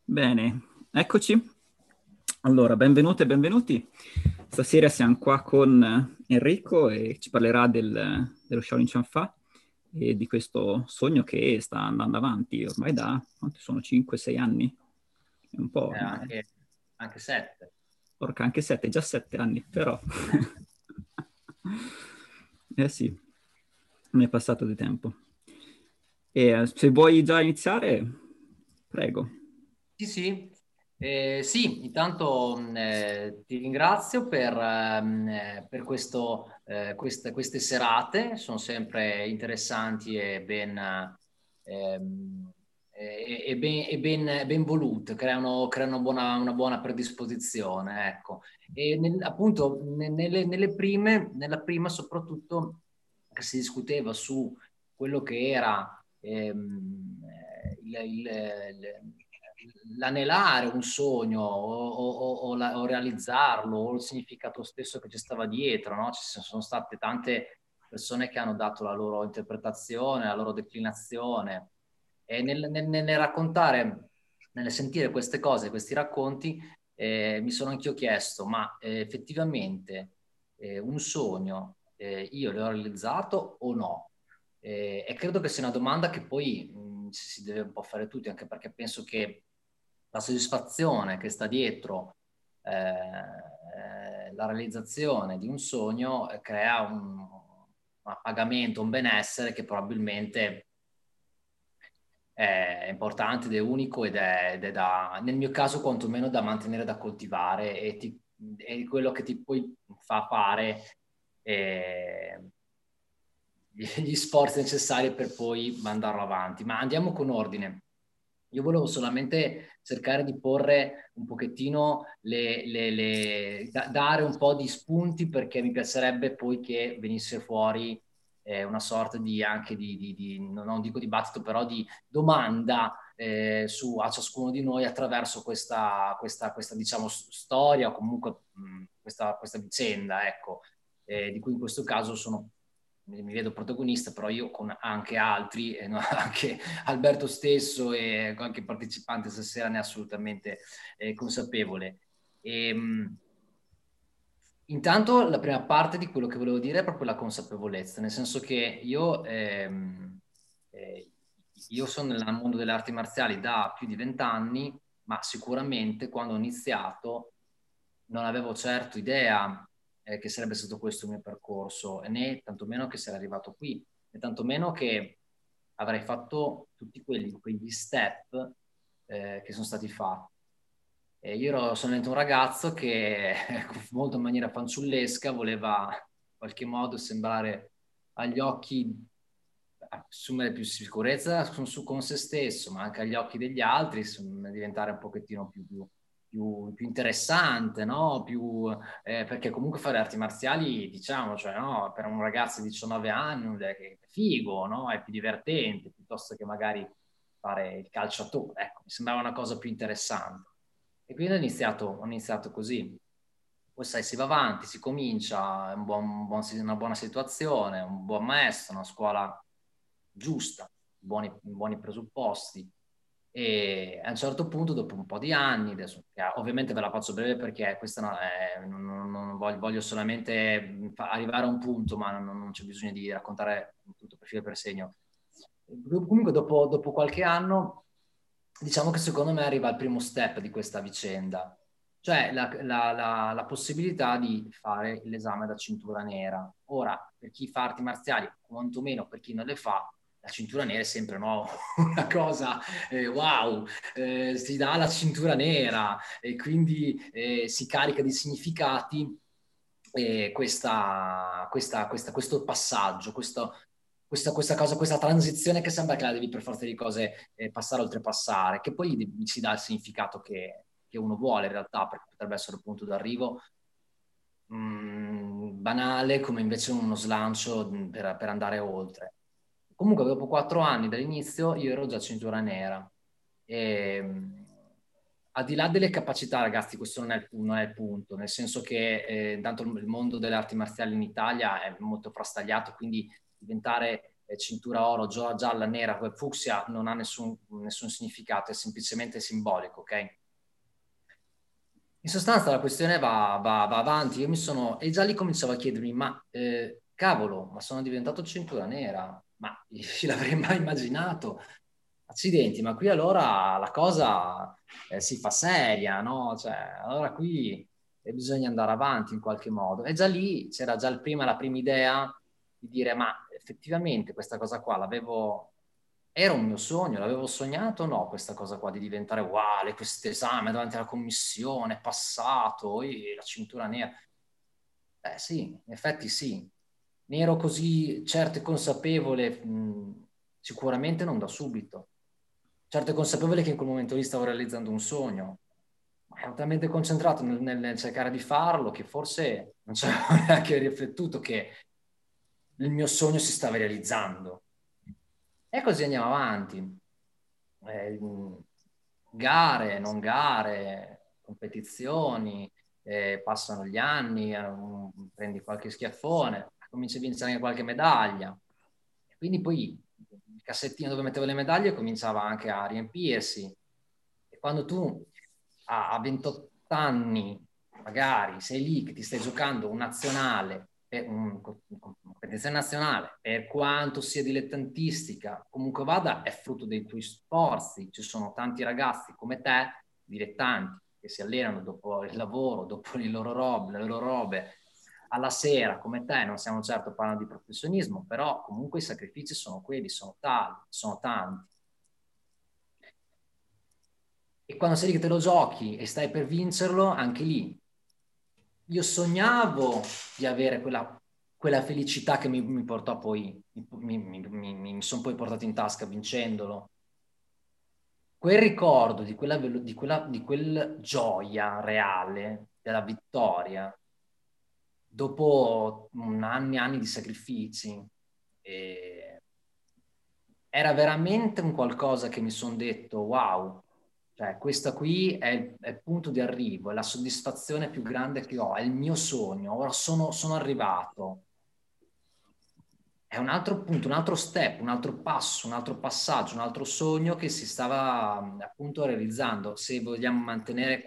Bene, eccoci. Allora, benvenute e benvenuti. Stasera siamo qua con Enrico e ci parlerà dello Shaolin Chanfa e di questo sogno che sta andando avanti ormai da, quanti sono, 5-6 anni? È un po' ormai. Anche 7. Porca, anche 7, già 7 anni, però. Eh sì, ne è passato di tempo. E se vuoi già iniziare, prego. Sì, sì. Sì, intanto ti ringrazio per queste serate, sono sempre interessanti e ben volute, creano una buona predisposizione, ecco. Appunto, nella prima soprattutto che si discuteva su quello che era l'anelare un sogno o realizzarlo o il significato stesso che ci stava dietro, no? Ci sono state tante persone che hanno dato la loro interpretazione, la loro declinazione e nel raccontare, nel sentire queste cose, questi racconti, mi sono anch'io chiesto, ma effettivamente un sogno io l'ho realizzato o no? E credo che sia una domanda che poi si deve un po' fare tutti, anche perché penso che la soddisfazione che sta dietro la realizzazione di un sogno crea un appagamento, un benessere che probabilmente è importante ed è unico ed è da, nel mio caso quantomeno da mantenere, da coltivare è quello che ti poi fa fare eh, gli sforzi necessari per poi mandarlo avanti. Ma andiamo con ordine. Io volevo solamente cercare di porre un pochettino dare un po' di spunti perché mi piacerebbe poi che venisse fuori una sorta di anche non dico dibattito, però di domanda a ciascuno di noi attraverso questa diciamo, storia o comunque questa vicenda, ecco, di cui in questo caso mi vedo protagonista, però io con anche altri, no, anche Alberto stesso e qualche partecipante stasera ne è assolutamente consapevole. E, intanto la prima parte di quello che volevo dire è proprio la consapevolezza, nel senso che eh, io sono nel mondo delle arti marziali da più di 20 anni, ma sicuramente quando ho iniziato non avevo certo idea che sarebbe stato questo il mio percorso, né tantomeno che sarei arrivato qui, né tantomeno che avrei fatto tutti quegli step che sono stati fatti. E io ero solamente un ragazzo che molto in maniera fanciullesca voleva in qualche modo sembrare agli occhi, assumere più sicurezza con se stesso, ma anche agli occhi degli altri, diventare un pochettino più interessante, no? Perché comunque fare arti marziali, diciamo, cioè, no? Per un ragazzo di 19 anni è figo, no? È più divertente piuttosto che magari fare il calciatore. Ecco, mi sembrava una cosa più interessante. E quindi ho iniziato così. Poi sai, si va avanti, si comincia, è una buona situazione, un buon maestro, una scuola giusta, buoni presupposti. E a un certo punto, dopo un po' di anni, adesso, ovviamente ve la faccio breve perché questa non voglio solamente arrivare a un punto, ma non c'è bisogno di raccontare tutto per filo e per segno. Comunque, dopo qualche anno, diciamo che secondo me arriva il primo step di questa vicenda, cioè la possibilità di fare l'esame da cintura nera. Ora, per chi fa arti marziali, quantomeno per chi non le fa, la cintura nera è sempre no, una cosa wow, si dà la cintura nera e quindi si carica di significati questo passaggio, questa cosa, questa transizione che sembra che la devi per forza di cose passare oltrepassare, che poi si dà il significato che uno vuole in realtà, perché potrebbe essere un punto d'arrivo banale, come invece uno slancio per andare oltre. Comunque, dopo 4 anni dall'inizio, io ero già cintura nera. E, al di là delle capacità, ragazzi, questo non è il punto, nel senso che intanto il mondo delle arti marziali in Italia è molto frastagliato, quindi diventare cintura oro, gialla, nera, fucsia, non ha nessun significato, è semplicemente simbolico, ok? In sostanza la questione va avanti, e già lì cominciavo a chiedermi, ma cavolo, ma sono diventato cintura nera, ma chi l'avrei mai immaginato? Accidenti, ma qui allora la cosa si fa seria, no? Cioè, allora qui bisogna andare avanti in qualche modo. E già lì c'era già la prima idea di dire, ma effettivamente questa cosa qua era un mio sogno, l'avevo sognato o no questa cosa qua di diventare uguale, questo esame davanti alla commissione, passato, la cintura nera. Sì, in effetti sì. Ne ero così certo e consapevole, sicuramente non da subito. Certo e consapevole che in quel momento lì stavo realizzando un sogno, ma ero talmente concentrato nel cercare di farlo che forse non ci avevo neanche riflettuto che il mio sogno si stava realizzando. E così andiamo avanti. Eh, Gare, non gare, competizioni, passano gli anni, prendi qualche schiaffone, cominci a vincere anche qualche medaglia. E quindi poi il cassettino dove mettevo le medaglie cominciava anche a riempirsi. E quando tu a 28 anni magari sei lì che ti stai giocando un nazionale, una competizione nazionale, per quanto sia dilettantistica, comunque vada, è frutto dei tuoi sforzi. Ci sono tanti ragazzi come te, dilettanti, che si allenano dopo il lavoro, dopo le loro robe, alla sera, come te, non stiamo certo parlando di professionismo, però comunque i sacrifici sono quelli, sono tali, sono tanti. E quando sei lì che te lo giochi e stai per vincerlo, anche lì io sognavo di avere quella felicità che mi portò poi, mi sono poi portato in tasca vincendolo. Quel ricordo di quella gioia reale della vittoria, dopo anni e anni di sacrifici, era veramente un qualcosa che mi sono detto, wow, cioè questa qui è il punto di arrivo, è la soddisfazione più grande che ho, è il mio sogno, ora sono arrivato. È un altro punto, un altro step, un altro passo, un altro passaggio, un altro sogno che si stava appunto realizzando. Se vogliamo mantenere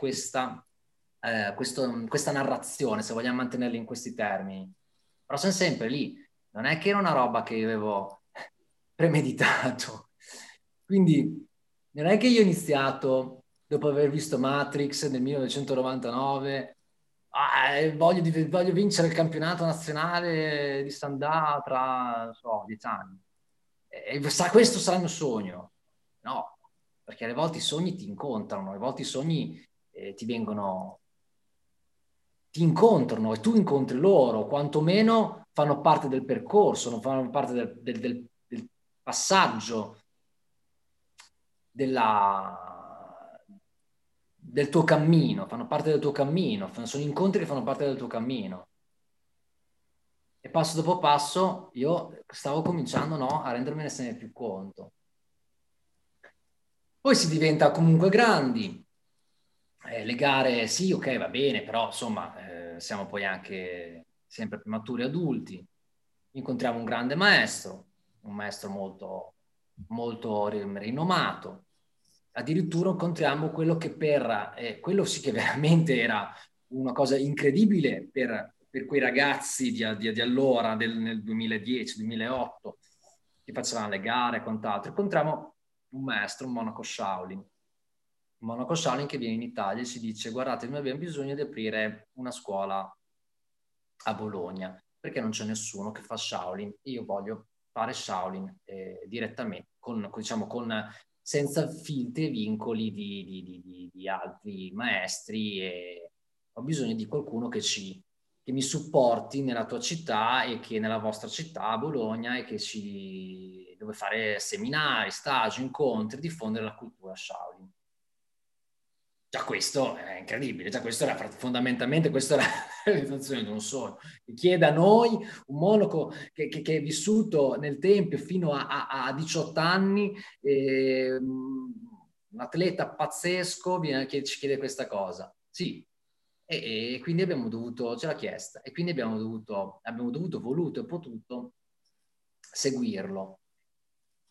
questa narrazione, se vogliamo mantenerla in questi termini. Però sono sempre lì. Non è che era una roba che io avevo premeditato. Quindi non è che io ho iniziato dopo aver visto Matrix nel 1999. Voglio vincere il campionato nazionale di stand-up tra, non so, 10 anni. Questo sarà il mio sogno. No, perché alle volte i sogni ti incontrano, alle volte i sogni ti incontrano e tu incontri loro, quantomeno fanno parte del percorso, non fanno parte del passaggio del tuo cammino, fanno parte del tuo cammino, sono incontri che fanno parte del tuo cammino. E passo dopo passo io stavo cominciando, no, a rendermene sempre più conto. Poi si diventa comunque grandi, le gare sì, ok, va bene, però insomma siamo poi anche sempre più maturi adulti. Incontriamo un maestro molto, molto rinomato. Addirittura incontriamo quello che quello sì che veramente era una cosa incredibile per quei ragazzi di allora, nel 2010-2008, che facevano le gare e quant'altro. Incontriamo un maestro, un monaco Shaolin. Un monaco Shaolin che viene in Italia e ci dice: guardate, noi abbiamo bisogno di aprire una scuola a Bologna, perché non c'è nessuno che fa Shaolin. Io voglio fare Shaolin direttamente, diciamo, senza filtri e vincoli di altri maestri, e ho bisogno di qualcuno che mi supporti nella tua città e che nella vostra città, a Bologna, e che dove fare seminari, stage, incontri, diffondere la cultura Shaolin. Già questo è incredibile, già questo era fondamentalmente questa era la realizzazione di un sogno. Chiede a noi, un monaco che è vissuto nel Tempio fino a 18 anni, un atleta pazzesco, ci chiede questa cosa. Sì, e quindi ce l'ha chiesta, e quindi abbiamo dovuto, voluto e potuto seguirlo.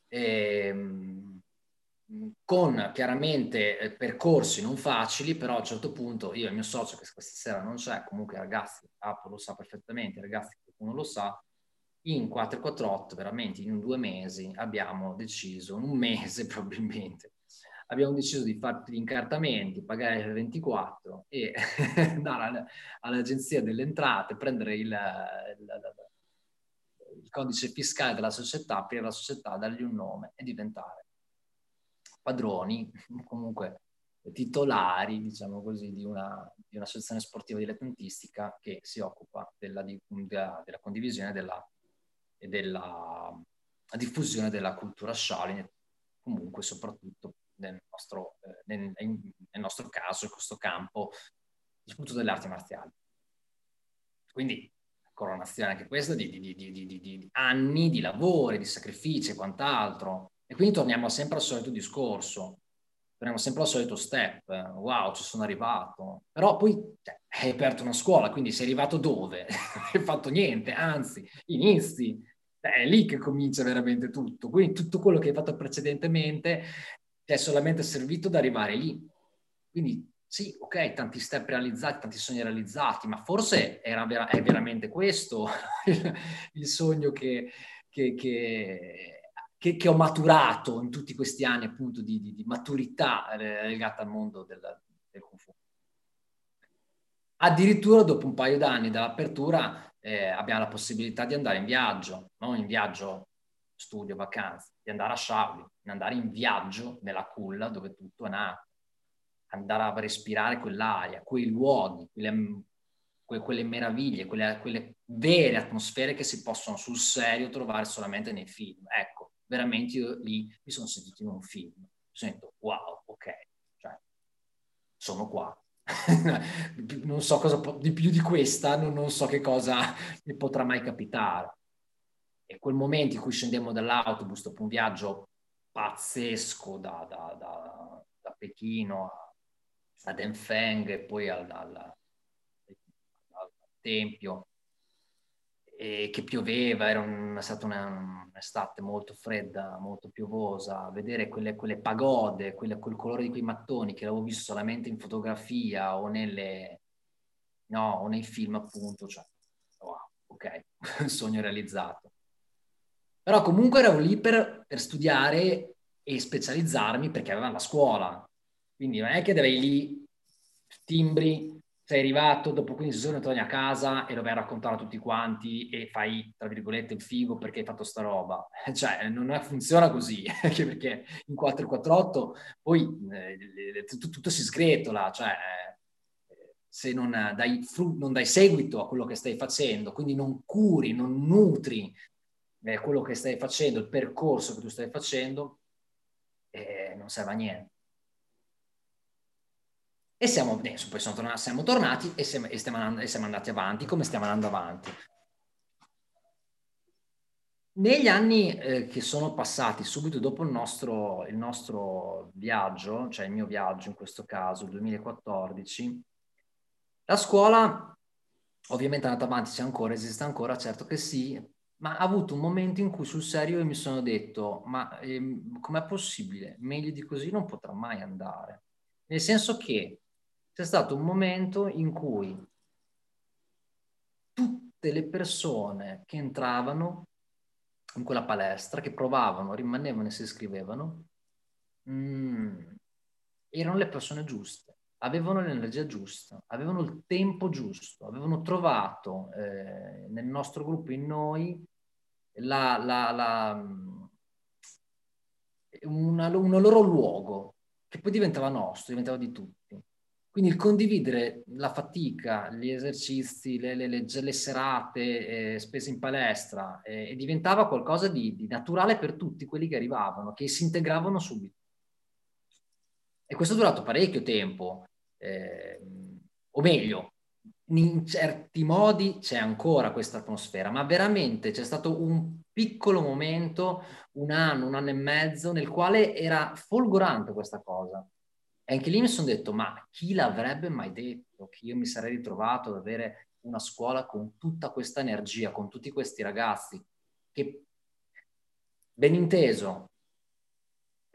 con chiaramente percorsi non facili, però a un certo punto io e il mio socio, che questa sera non c'è, comunque ragazzi, Apple lo sa perfettamente, ragazzi, qualcuno lo sa, in 448 veramente in 2 mesi abbiamo deciso, in un mese probabilmente, abbiamo deciso di fare gli incartamenti, pagare il 24 e andare all'agenzia delle entrate, prendere il codice fiscale della società, aprire la società, dargli un nome e diventare padroni, comunque titolari, diciamo così, di un'associazione sportiva dilettantistica che si occupa della condivisione e della diffusione della cultura Shaolin, comunque soprattutto nel nostro caso, in questo campo, soprattutto delle arti marziali. Quindi coronazione anche questa di anni di lavori, di sacrifici e quant'altro. E quindi torniamo sempre al solito discorso, torniamo sempre al solito step. Wow, ci sono arrivato. Però poi hai aperto una scuola, quindi sei arrivato dove? Non hai fatto niente, anzi, inizi. È lì che comincia veramente tutto. Quindi tutto quello che hai fatto precedentemente ti è solamente servito ad arrivare lì. Quindi sì, ok, tanti step realizzati, tanti sogni realizzati, ma forse è veramente questo il sogno che ho maturato in tutti questi anni appunto di maturità legata al mondo del Kung Fu. Addirittura dopo un paio d'anni dall'apertura abbiamo la possibilità di andare in viaggio, non in viaggio studio, vacanze, di andare a Shaolin, di andare in viaggio nella culla dove tutto è nato, andare a respirare quell'aria, quei luoghi, quelle meraviglie, quelle vere atmosfere che si possono sul serio trovare solamente nei film. Ecco, veramente io lì mi sono sentito in un film. Mi sento, wow, ok, cioè, sono qua. Non so cosa di più di questa, non so che cosa mi potrà mai capitare. E quel momento in cui scendemmo dall'autobus dopo un viaggio pazzesco da Pechino a Denfeng e poi al Tempio, e che pioveva, è stata un'estate molto fredda, molto piovosa, vedere quelle pagode, quel colore di quei mattoni che avevo visto solamente in fotografia o o nei film appunto, cioè, wow, ok, sogno realizzato. Però comunque ero lì per studiare e specializzarmi perché avevamo la scuola, quindi non è che avevi lì timbri, sei arrivato, dopo 15 giorni torni a casa e lo vai a raccontare a tutti quanti e fai, tra virgolette, il figo perché hai fatto sta roba. Cioè, non funziona così, anche perché in 448 poi tutto si sgretola, cioè se non dai seguito a quello che stai facendo, quindi non curi, non nutri quello che stai facendo, il percorso che tu stai facendo, non serve a niente. E poi siamo tornati e siamo andati avanti come stiamo andando avanti. Negli anni che sono passati subito dopo il nostro viaggio, cioè il mio viaggio in questo caso, il 2014, la scuola ovviamente è andata avanti, c'è ancora, esiste ancora, certo che sì, ma ha avuto un momento in cui sul serio io mi sono detto, ma com'è possibile? Meglio di così non potrà mai andare. Nel senso che c'è stato un momento in cui tutte le persone che entravano in quella palestra, che provavano, rimanevano e si iscrivevano, erano le persone giuste, avevano l'energia giusta, avevano il tempo giusto, avevano trovato nel nostro gruppo, in noi, un loro luogo, che poi diventava nostro, diventava di tutti. Quindi il condividere la fatica, gli esercizi, le serate spese in palestra, diventava qualcosa di naturale per tutti quelli che arrivavano, che si integravano subito. E questo è durato parecchio tempo, o meglio, in certi modi c'è ancora questa atmosfera, ma veramente c'è stato un piccolo momento, un anno e mezzo, nel quale era folgorante questa cosa. E anche lì mi sono detto, ma chi l'avrebbe mai detto che io mi sarei ritrovato ad avere una scuola con tutta questa energia, con tutti questi ragazzi, che, ben inteso,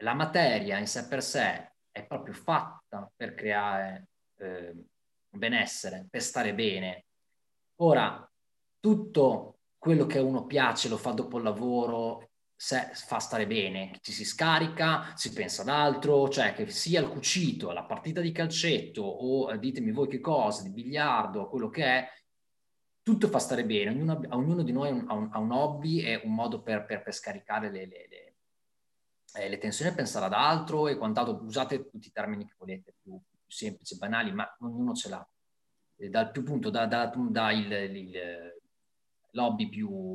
la materia in sé per sé è proprio fatta per creare benessere, per stare bene. Ora, tutto quello che a uno piace lo fa dopo il lavoro, fa stare bene, ci si scarica, si pensa ad altro, cioè che sia il cucito, la partita di calcetto o ditemi voi che cosa, di biliardo, quello che è, tutto fa stare bene, ognuno di noi ha un hobby e un modo per scaricare le tensioni e pensare ad altro e quant'altro. Usate tutti i termini che volete, più semplici, banali, ma ognuno ce l'ha. Dal più punto, da l'hobby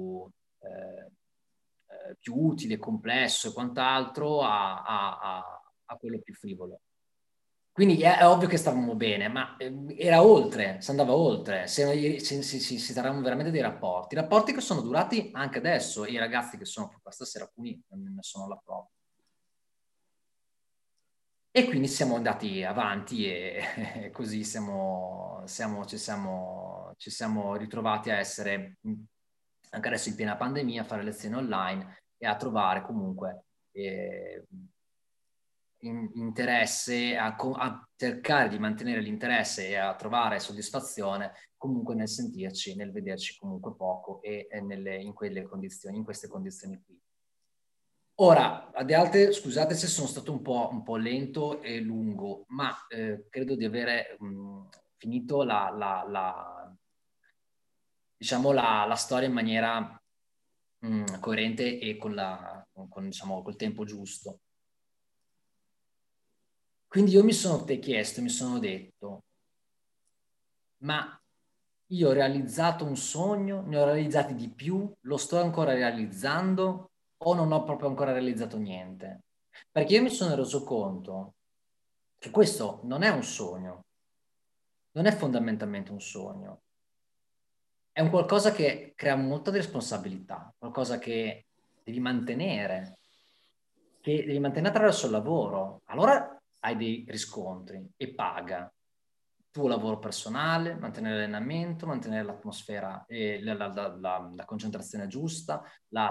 più utile, complesso e quant'altro a quello più frivolo. Quindi è ovvio che stavamo bene, ma era oltre, si andava oltre, si trattavano veramente dei rapporti che sono durati anche adesso, e i ragazzi che sono qua stasera, alcuni ne sono la prova. E quindi siamo andati avanti e così ci siamo ritrovati a essere, anche adesso in piena pandemia, a fare lezioni online e a trovare comunque interesse, a cercare di mantenere l'interesse e a trovare soddisfazione comunque nel sentirci, nel vederci comunque poco e in queste condizioni qui. Ora, ad altre, scusate se sono stato un po' lento e lungo, ma credo di avere finito diciamo la storia in maniera coerente e diciamo, col tempo giusto. Quindi io mi sono chiesto, mi sono detto, ma io ho realizzato un sogno, ne ho realizzati di più, lo sto ancora realizzando o non ho proprio ancora realizzato niente? Perché io mi sono reso conto che questo non è un sogno, non è fondamentalmente un sogno, è un qualcosa che crea molta responsabilità, qualcosa che devi mantenere attraverso il lavoro. Allora hai dei riscontri e paga. Tuo lavoro personale, mantenere l'allenamento, mantenere l'atmosfera, la concentrazione giusta,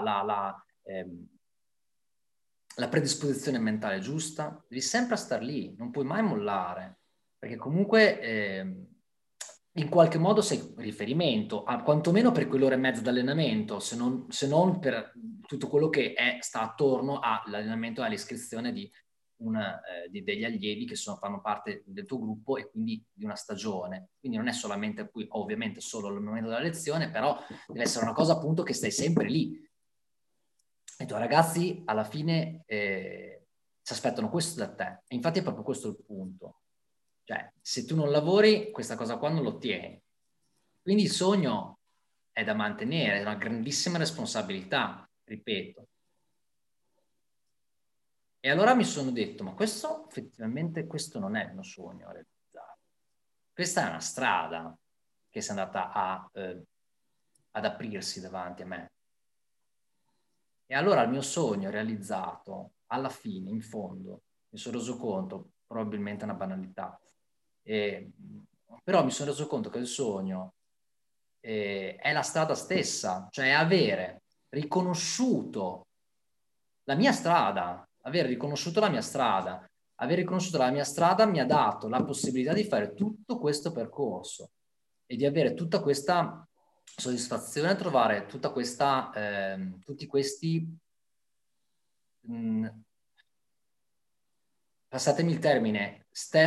la predisposizione mentale giusta, devi sempre stare lì, non puoi mai mollare, perché comunque in qualche modo sei riferimento, quantomeno per quell'ora e mezza di allenamento, se non per tutto quello che sta attorno all'allenamento e all'iscrizione degli allievi che fanno parte del tuo gruppo e quindi di una stagione. Quindi non è solamente ovviamente solo il momento della lezione, però deve essere una cosa appunto che stai sempre lì. I tuoi ragazzi alla fine si aspettano questo da te. E infatti è proprio questo il punto. Cioè, se tu non lavori, questa cosa qua non lo ottieni. Quindi il sogno è da mantenere, è una grandissima responsabilità, ripeto. E allora mi sono detto, ma effettivamente questo non è il mio sogno a realizzare. Questa è una strada che si è andata ad aprirsi davanti a me. E allora il mio sogno realizzato, alla fine, in fondo, mi sono reso conto, probabilmente è una banalità, però mi sono reso conto che il sogno è la strada stessa, cioè avere riconosciuto la mia strada, aver riconosciuto la mia strada. Aver riconosciuto la mia strada mi ha dato la possibilità di fare tutto questo percorso e di avere tutta questa soddisfazione, trovare tutti questi passatemi il termine,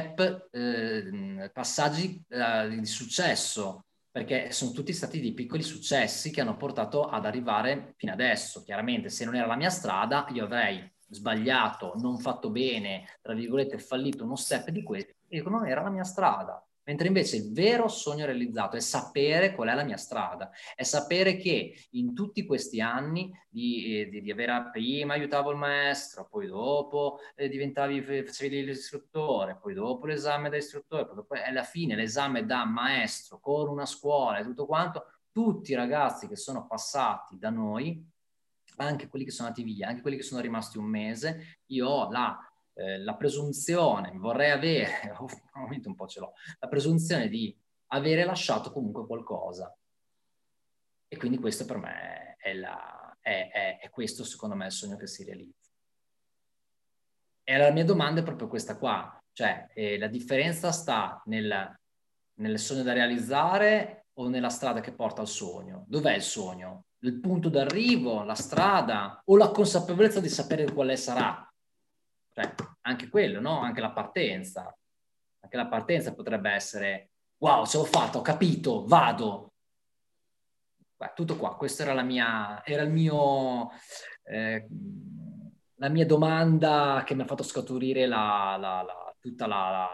passaggi di successo, perché sono tutti stati dei piccoli successi che hanno portato ad arrivare fino adesso. Chiaramente, se non era la mia strada, io avrei sbagliato, non fatto bene, tra virgolette, fallito uno step di questo, e non era la mia strada. Mentre invece il vero sogno realizzato è sapere qual è la mia strada, è sapere che in tutti questi anni di aver prima aiutavo il maestro, poi dopo facevi l'istruttore, poi dopo l'esame da istruttore, poi dopo alla fine l'esame da maestro con una scuola e tutto quanto, tutti i ragazzi che sono passati da noi, anche quelli che sono andati via, anche quelli che sono rimasti un mese, io ho la presunzione, vorrei avere, ovviamente un po' ce l'ho, la presunzione di avere lasciato comunque qualcosa. E quindi questo per me è questo secondo me il sogno che si realizza. E la mia domanda è proprio questa qua, cioè la differenza sta nel sogno da realizzare o nella strada che porta al sogno? Dov'è il sogno? Il punto d'arrivo, la strada o la consapevolezza di sapere quale sarà? Cioè, anche quello, no? Anche la partenza. Anche la partenza potrebbe essere, wow, ce l'ho fatta, ho capito, vado. Beh, tutto qua, questo era era eh, la mia domanda che mi ha fatto scaturire tutta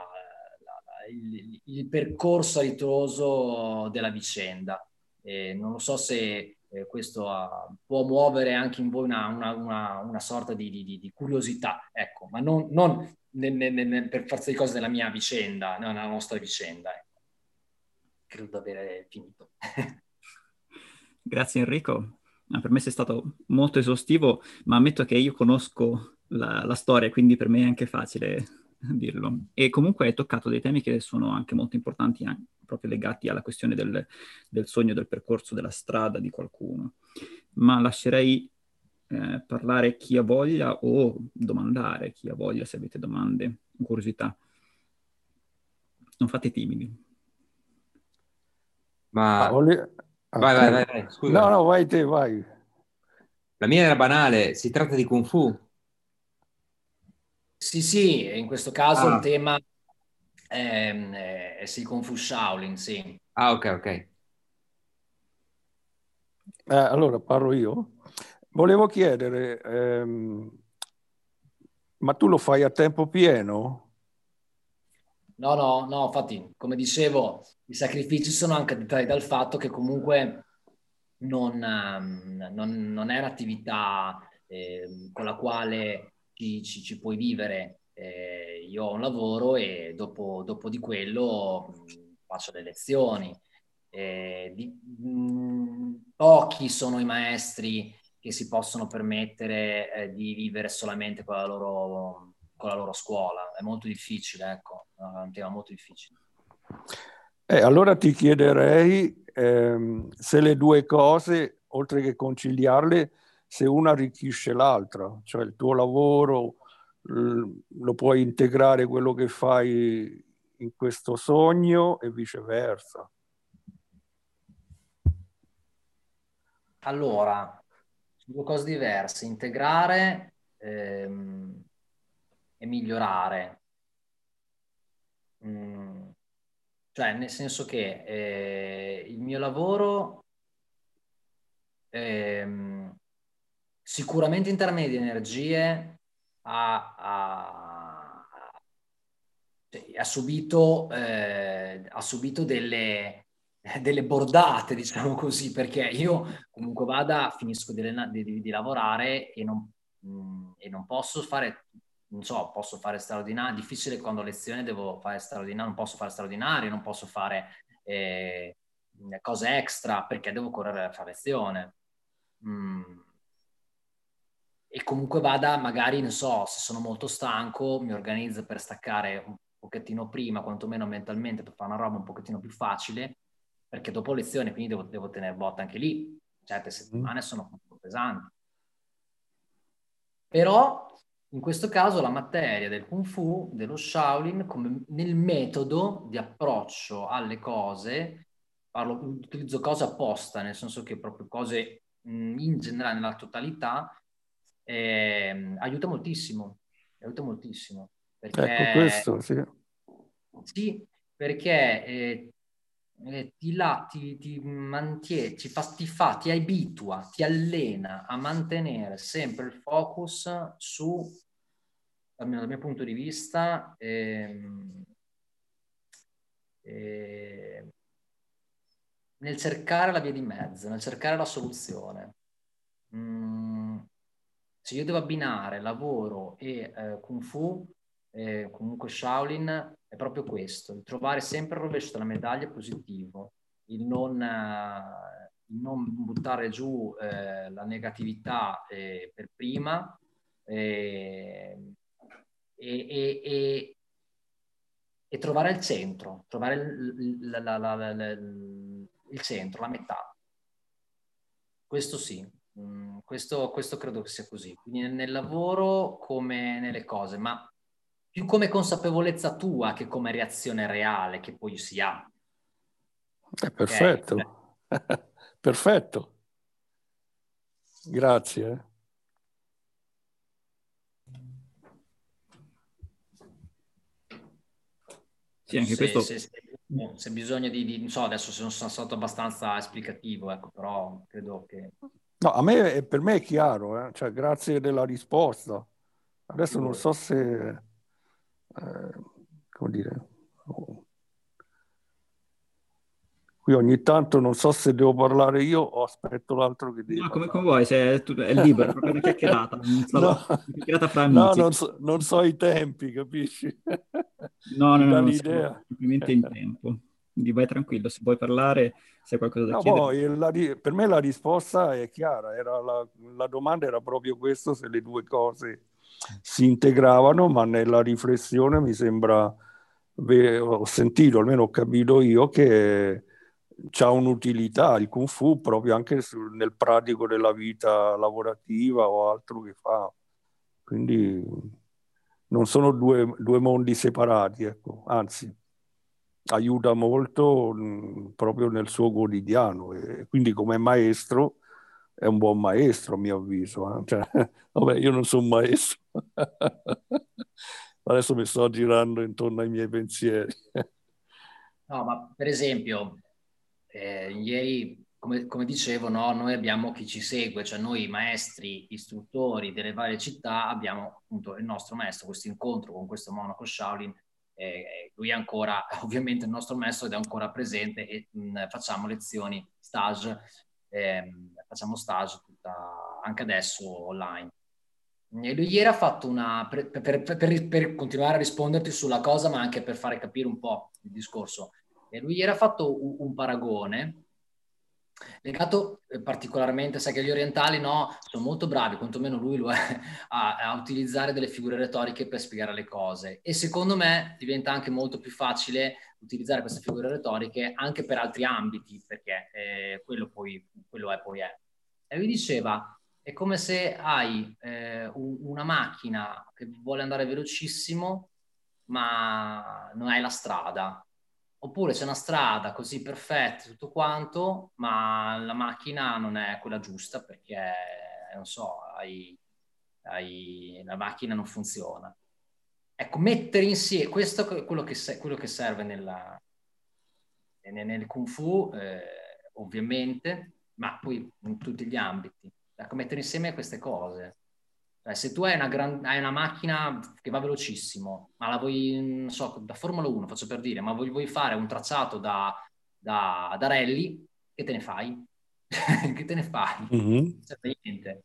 il percorso a ritroso della vicenda. Non lo so se questo può muovere anche in voi una sorta di curiosità, ecco, ma non per forza di cose della mia vicenda, no, nella nostra vicenda. Ecco. Credo di aver finito. Grazie Enrico. Per me sei stato molto esaustivo, ma ammetto che io conosco la storia, quindi per me è anche facile dirlo. E comunque hai toccato dei temi che sono anche molto importanti, proprio legati alla questione del sogno, del percorso, della strada di qualcuno. Ma lascerei parlare chi ha voglia o domandare chi ha voglia se avete domande o curiosità. Non fate timidi. Ma Vai, ok. vai, No, scusa. no, vai te, vai. La mia era banale, si tratta di Kung Fu. Sì, sì, in questo caso il Ah, tema è sì, Kung Fu Shaolin, sì. ah, ok, ok. Allora parlo io. Volevo chiedere, ma tu lo fai a tempo pieno? No, no, no, infatti, come dicevo, i sacrifici sono anche dettati dal fatto che comunque non è un'attività con la quale ci puoi vivere. Io ho un lavoro e dopo di quello faccio le lezioni. Pochi sono i maestri che si possono permettere di vivere solamente con la loro scuola. È molto difficile, ecco, è un tema molto difficile. Allora ti chiederei se le due cose, oltre che conciliarle, se una arricchisce l'altra, cioè il tuo lavoro lo puoi integrare quello che fai in questo sogno e viceversa. Allora, due cose diverse, integrare e migliorare. Cioè, nel senso che il mio lavoro sicuramente in termini di energie ha subito delle bordate, diciamo così, perché io comunque finisco di lavorare e non posso fare, non so, posso fare straordinario, difficile quando a lezione devo fare straordinario, non posso fare straordinario, non posso fare cose extra perché devo correre a fare lezione. E comunque magari, non so, se sono molto stanco, mi organizzo per staccare un pochettino prima, quantomeno mentalmente, per fare una roba un pochettino più facile, perché dopo lezione, quindi devo tenere botta anche lì. Certe settimane sono un po' pesanti. Però, in questo caso, la materia del Kung Fu, dello Shaolin, come nel metodo di approccio alle cose, utilizzo cose apposta, nel senso che proprio cose in generale, nella totalità, aiuta moltissimo, Ecco, perché questo sì. sì, perché ti mantiene, ti abitua, ti allena a mantenere sempre il focus su, almeno dal mio punto di vista, nel cercare la via di mezzo, nel cercare la soluzione. Se io devo abbinare lavoro e Kung Fu, comunque Shaolin, è proprio questo, il trovare sempre il rovescio della medaglia positivo, il non buttare giù la negatività per prima e e trovare il centro, trovare il centro, la metà. Questo sì, Questo credo che sia così. Quindi nel lavoro come nelle cose, ma più come consapevolezza tua che come reazione reale che poi si ha. Perfetto. Ok? Perfetto. Grazie. Sì, anche questo... Se bisogna non so, adesso se non sono stato abbastanza esplicativo, ecco, però credo che... No, per me è chiaro, cioè, grazie della risposta. Adesso non so se, come dire, qui ogni tanto non so se devo parlare io o aspetto l'altro che deve No, come parlare. vuoi, è libero, è proprio una chiacchierata, No, una chiacchierata fra no, amici. non so i tempi, capisci? No, Mi dà no, siamo l'idea. completamente in tempo. Quindi vai tranquillo, se vuoi parlare, se hai qualcosa da No, chiedere. per me la risposta è chiara, la domanda era proprio questo, se le due cose si integravano, ma nella riflessione mi sembra, ho sentito, almeno ho capito io, che c'ha un'utilità il Kung Fu proprio anche nel pratico della vita lavorativa o altro che fa. Quindi non sono due mondi separati, ecco, anzi aiuta molto proprio nel suo quotidiano e quindi come maestro è un buon maestro a mio avviso. Cioè, vabbè, io non sono maestro. Adesso mi sto girando intorno ai miei pensieri. No, ma per esempio, ieri, come dicevo, no, noi abbiamo chi ci segue, cioè noi maestri, istruttori delle varie città, abbiamo appunto il nostro maestro, questo incontro con questo monaco Shaolin, lui è ancora ovviamente il nostro maestro ed è ancora presente e facciamo lezioni, stage, facciamo stage anche adesso online. E lui ieri ha fatto per continuare a risponderti sulla cosa, ma anche per fare capire un po' il discorso. E lui ieri ha fatto un paragone legato particolarmente, sai che gli orientali no, sono molto bravi, quantomeno lui lo è, a utilizzare delle figure retoriche per spiegare le cose. E secondo me diventa anche molto più facile utilizzare queste figure retoriche anche per altri ambiti, perché quello è poi è. E lui diceva, è come se hai una macchina che vuole andare velocissimo, ma non hai la strada. Oppure c'è una strada così perfetta, tutto quanto, ma la macchina non è quella giusta perché, non so, la macchina non funziona. Ecco, mettere insieme, questo è quello che serve nel Kung Fu, ovviamente, ma poi in tutti gli ambiti. Ecco, mettere insieme queste cose. Cioè, se tu hai una macchina che va velocissimo, ma la vuoi, non so, da Formula 1, faccio per dire, ma vuoi fare un tracciato da rally, che te ne fai? Che te ne fai? Mm-hmm. Cioè, niente.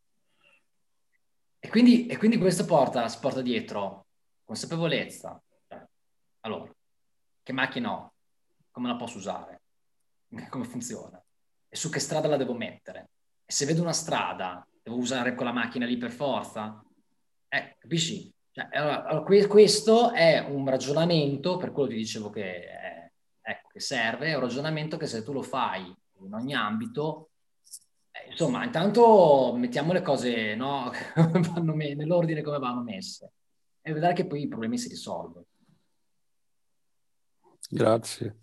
E quindi questo si porta dietro consapevolezza. Cioè, allora, che macchina ho? Come la posso usare? Come funziona? E su che strada la devo mettere? E se vedo una strada, devo usare quella macchina lì per forza? Capisci? Cioè, allora, questo è un ragionamento, per quello ti dicevo ecco, che serve, è un ragionamento che se tu lo fai in ogni ambito, insomma, intanto mettiamo le cose, no, nell'ordine come vanno messe e vedrai che poi i problemi si risolvono. Grazie.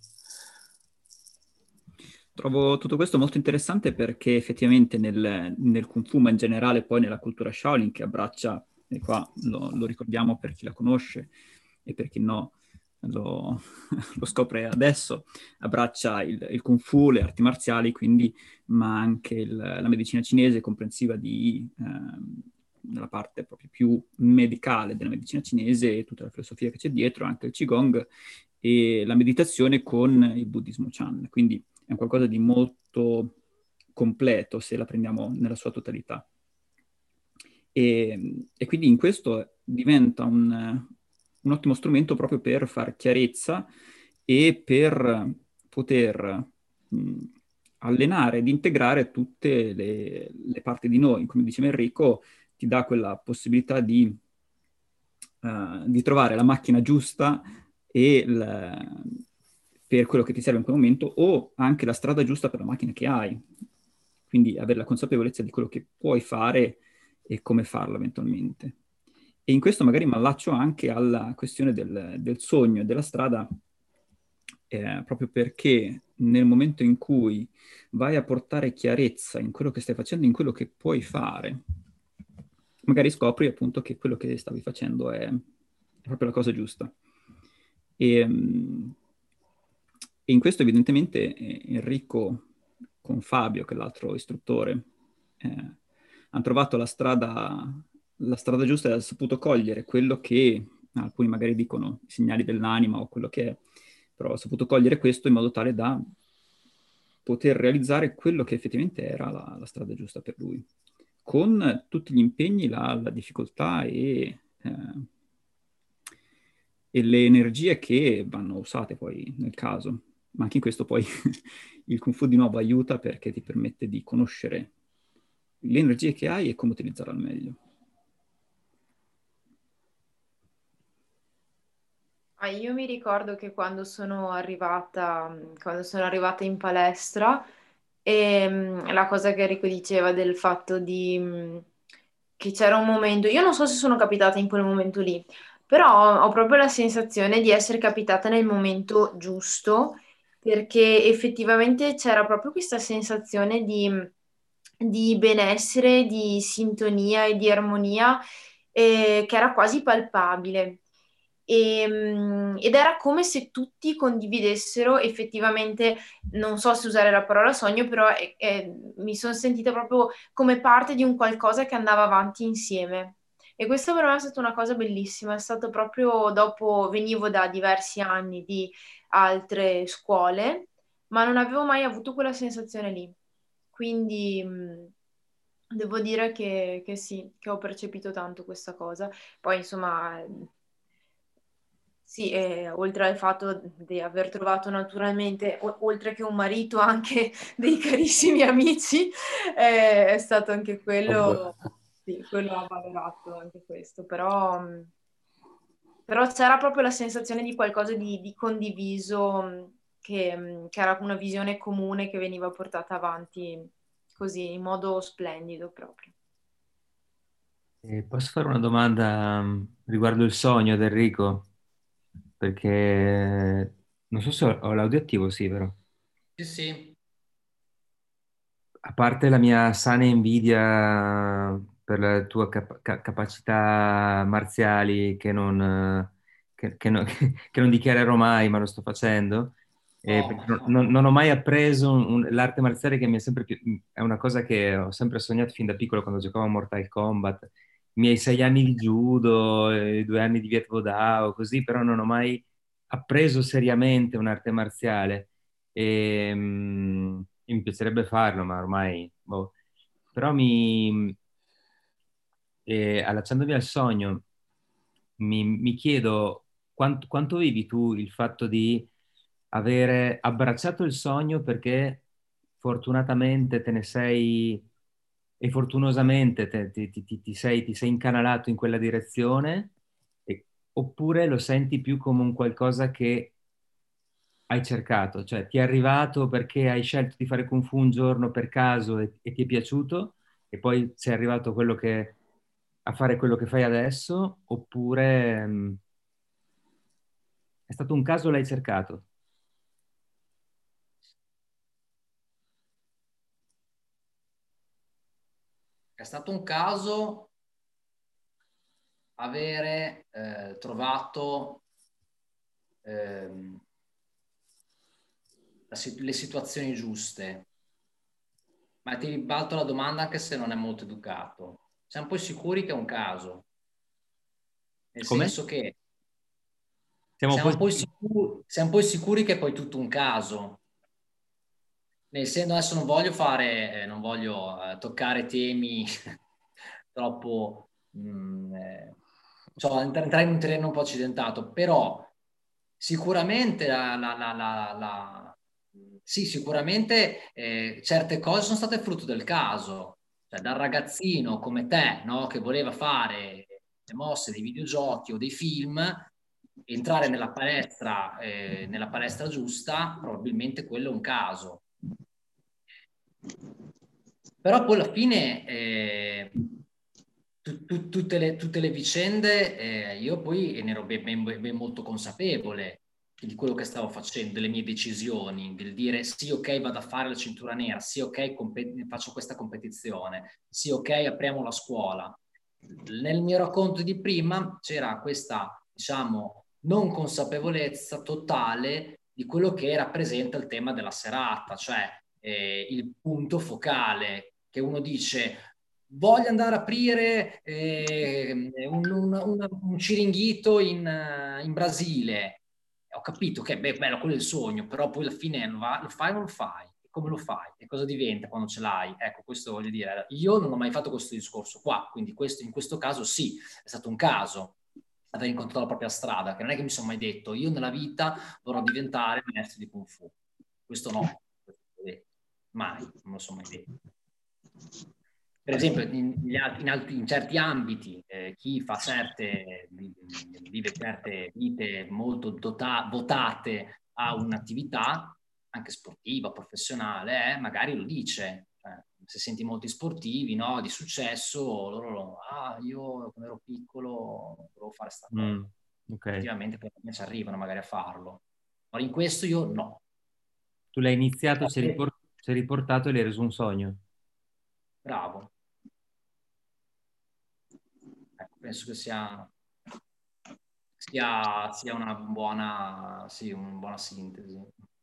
Trovo tutto questo molto interessante perché effettivamente nel Kung Fu, ma in generale poi nella cultura Shaolin, che abbraccia, e qua lo ricordiamo per chi la conosce e per chi no lo scopre adesso, abbraccia il Kung Fu, le arti marziali, quindi, ma anche la medicina cinese, comprensiva della parte proprio più medicale della medicina cinese e tutta la filosofia che c'è dietro, anche il Qigong e la meditazione con il buddismo Chan. Quindi è un qualcosa di molto completo se la prendiamo nella sua totalità. E quindi in questo diventa un ottimo strumento proprio per far chiarezza e per poter allenare ed integrare tutte le parti di noi. Come diceva Enrico, ti dà quella possibilità di trovare la macchina giusta e per quello che ti serve in quel momento, o anche la strada giusta per la macchina che hai. quindi avere la consapevolezza di quello che puoi fare e come farlo eventualmente. E in questo magari mi allaccio anche alla questione del sogno e della strada, proprio perché nel momento in cui vai a portare chiarezza in quello che stai facendo, in quello che puoi fare, magari scopri appunto che quello che stavi facendo è proprio la cosa giusta. E in questo evidentemente Enrico con Fabio, che è l'altro istruttore, hanno trovato la strada giusta e hanno saputo cogliere quello che alcuni magari dicono i segnali dell'anima o quello che è, però ho saputo cogliere questo in modo tale da poter realizzare quello che effettivamente era la strada giusta per lui, con tutti gli impegni, la difficoltà e le energie che vanno usate poi nel caso. Ma anche in questo poi il Kung Fu di nuovo aiuta perché ti permette di conoscere le energie che hai e come utilizzarle al meglio. Io mi ricordo che quando sono arrivata in palestra, la cosa che Enrico diceva del fatto che c'era un momento, io non so se sono capitata in quel momento lì, però ho proprio la sensazione di essere capitata nel momento giusto, perché effettivamente c'era proprio questa sensazione di benessere, di sintonia e di armonia, che era quasi palpabile. Ed era come se tutti condividessero effettivamente, non so se usare la parola sogno, però mi sono sentita proprio come parte di un qualcosa che andava avanti insieme. E questo per me è stata una cosa bellissima, è stato proprio dopo, venivo da diversi anni di altre scuole, ma non avevo mai avuto quella sensazione lì. Quindi devo dire che sì, che ho percepito tanto questa cosa. Poi insomma, sì, oltre al fatto di aver trovato naturalmente, oltre che un marito, anche dei carissimi amici, è stato anche quello, sì, quello ha valorato anche questo, però c'era proprio la sensazione di qualcosa di condiviso, che era una visione comune che veniva portata avanti così, in modo splendido proprio. Posso fare una domanda riguardo il sogno di Enrico? Perché non so se ho l'audio attivo, sì, vero? Sì, sì. A parte la mia sana invidia per le tue capacità marziali che non dichiarerò mai, ma lo sto facendo, perché non ho mai appreso l'arte marziale che mi è sempre più... È una cosa che ho sempre sognato fin da piccolo quando giocavo a Mortal Kombat. I miei 6 anni di judo, 2 anni di Viet Vo Dao, così, però non ho mai appreso seriamente un'arte marziale. Mi piacerebbe farlo, ma ormai... boh. Però allacciandomi al sogno, mi chiedo quanto vivi tu il fatto di avere abbracciato il sogno perché fortunatamente te ne sei e fortunosamente ti sei incanalato in quella direzione, oppure lo senti più come un qualcosa che hai cercato, cioè ti è arrivato perché hai scelto di fare Kung Fu un giorno per caso e ti è piaciuto e poi sei arrivato a fare quello che fai adesso, oppure è stato un caso, l'hai cercato? È stato un caso avere trovato ehm, le situazioni giuste. Ma ti ribalto la domanda anche se non è molto educato. Siamo poi sicuri che è un caso, nel Come? senso che Siamo siamo poi sicuri che è poi tutto un caso. Nel senso, adesso non voglio toccare temi troppo, entrare in un terreno un po' accidentato, però sicuramente sì, sicuramente certe cose sono state frutto del caso, cioè dal ragazzino come te, no, che voleva fare le mosse dei videogiochi o dei film, entrare nella palestra giusta, probabilmente quello è un caso. Però poi alla fine tutte le vicende, io poi ne ero ben molto consapevole di quello che stavo facendo, delle mie decisioni, del dire sì, ok, vado a fare la cintura nera, sì, ok, faccio questa competizione, sì, ok, apriamo la scuola. Nel mio racconto di prima c'era questa, diciamo, non consapevolezza totale di quello che rappresenta il tema della serata, cioè il punto focale, che uno dice voglio andare a aprire un ciringhito in Brasile. Ho capito che bello, quello è il sogno, però poi alla fine lo fai o non lo fai? E come lo fai? E cosa diventa quando ce l'hai? Ecco, questo voglio dire, io non ho mai fatto questo discorso qua, quindi in questo caso sì, è stato un caso aver incontrato la propria strada, che non è che mi sono mai detto io nella vita vorrò diventare maestro di Kung Fu. Questo no, mai, non me lo sono mai detto. Per esempio, in certi ambiti, chi fa vive certe vite molto votate a un'attività, anche sportiva, professionale, magari lo dice. Se senti molti sportivi, no, di successo, io quando ero piccolo volevo fare sta cosa. Okay. Effettivamente poi ci arrivano magari a farlo. Ma in questo io no. Tu l'hai iniziato, ci hai riportato e l'hai reso un sogno. Bravo. Ecco, penso che sia una buona sintesi.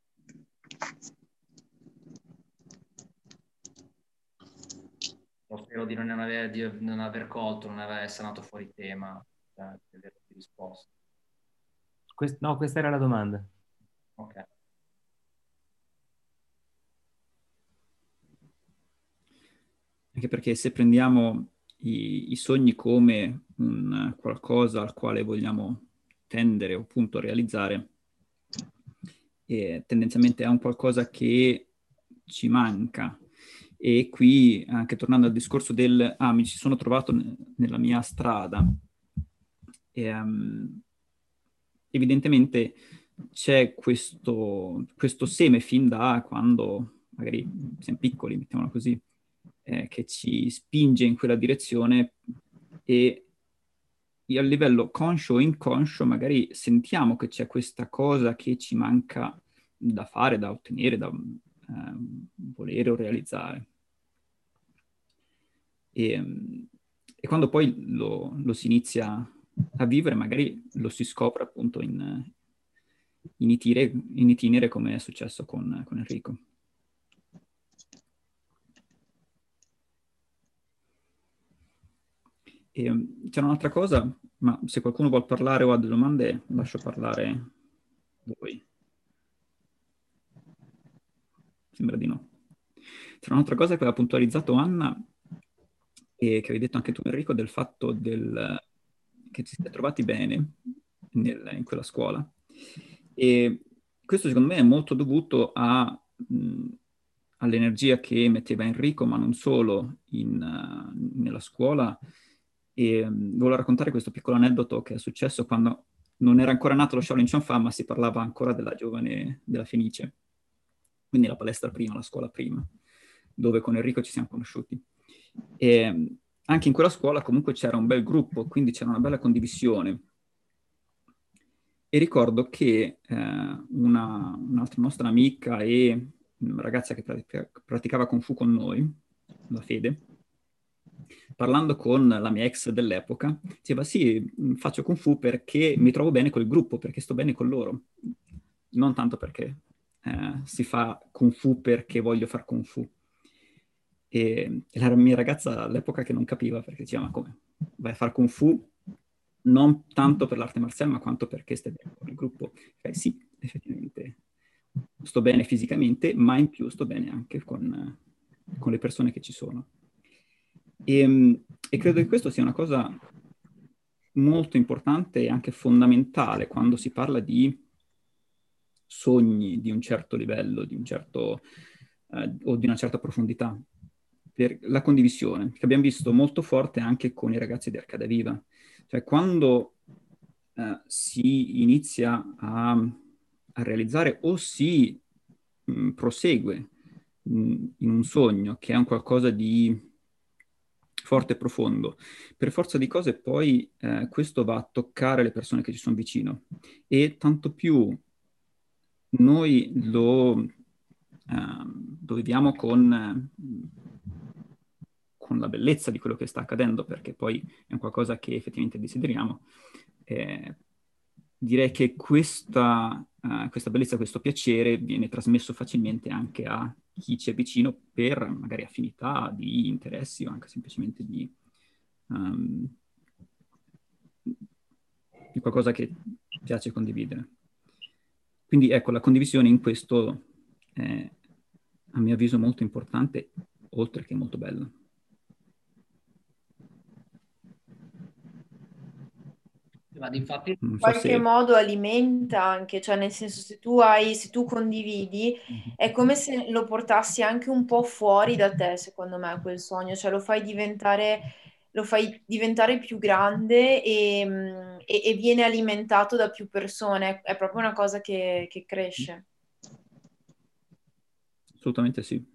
Spero di non aver colto, non aver sanato fuori tema, di averti risposto. No, questa era la domanda. Ok. Anche perché se prendiamo i sogni come un qualcosa al quale vogliamo tendere o appunto realizzare, tendenzialmente è un qualcosa che ci manca. E qui, anche tornando al discorso mi ci sono trovato nella mia strada, evidentemente c'è questo seme fin da quando magari siamo piccoli, mettiamola così, che ci spinge in quella direzione e a livello conscio o inconscio magari sentiamo che c'è questa cosa che ci manca da fare, da ottenere, da volere o realizzare. E quando poi lo si inizia a vivere, magari lo si scopre appunto in itinere come è successo con Enrico. C'era un'altra cosa, ma se qualcuno vuol parlare o ha delle domande, lascio parlare voi. Sembra di no. C'era un'altra cosa che aveva puntualizzato Anna e che avevi detto anche tu Enrico, del fatto che ci siete trovati bene in quella scuola. E questo secondo me è molto dovuto all'energia che metteva Enrico, ma non solo, nella scuola. E volevo raccontare questo piccolo aneddoto che è successo quando non era ancora nato lo Shaolin Chanfa, ma si parlava ancora della giovane della Fenice, quindi la palestra prima, la scuola prima, dove con Enrico ci siamo conosciuti. E anche in quella scuola comunque c'era un bel gruppo, quindi c'era una bella condivisione. E ricordo che un'altra nostra amica e una ragazza che praticava Kung Fu con noi, la Fede, parlando con la mia ex dell'epoca, diceva sì, faccio Kung Fu perché mi trovo bene col gruppo, perché sto bene con loro. Non tanto perché si fa Kung Fu perché voglio far Kung Fu. E la mia ragazza all'epoca che non capiva, perché diceva, ma come? Vai a fare Kung Fu non tanto per l'arte marziale, ma quanto perché stai bene con il gruppo. Sì, effettivamente sto bene fisicamente, ma in più sto bene anche con le persone che ci sono. E credo che questo sia una cosa molto importante e anche fondamentale quando si parla di sogni di un certo livello, di un certo, o di una certa profondità. Per la condivisione, che abbiamo visto molto forte anche con i ragazzi di Arcadia Viva. Cioè, quando si inizia a realizzare o si prosegue in un sogno, che è un qualcosa di forte e profondo, per forza di cose poi questo va a toccare le persone che ci sono vicino, e tanto più noi lo viviamo con la bellezza di quello che sta accadendo, perché poi è un qualcosa che effettivamente desideriamo. Direi che questa bellezza, questo piacere viene trasmesso facilmente anche a chi ci è vicino per magari affinità di interessi o anche semplicemente di qualcosa che piace condividere. Quindi ecco, la condivisione in questo è, a mio avviso, molto importante, oltre che molto bella. Ma infatti In qualche modo alimenta anche, cioè nel senso, se tu condividi, è come se lo portassi anche un po' fuori da te, secondo me, quel sogno, cioè lo fai diventare più grande e viene alimentato da più persone, è proprio una cosa che cresce. Assolutamente sì.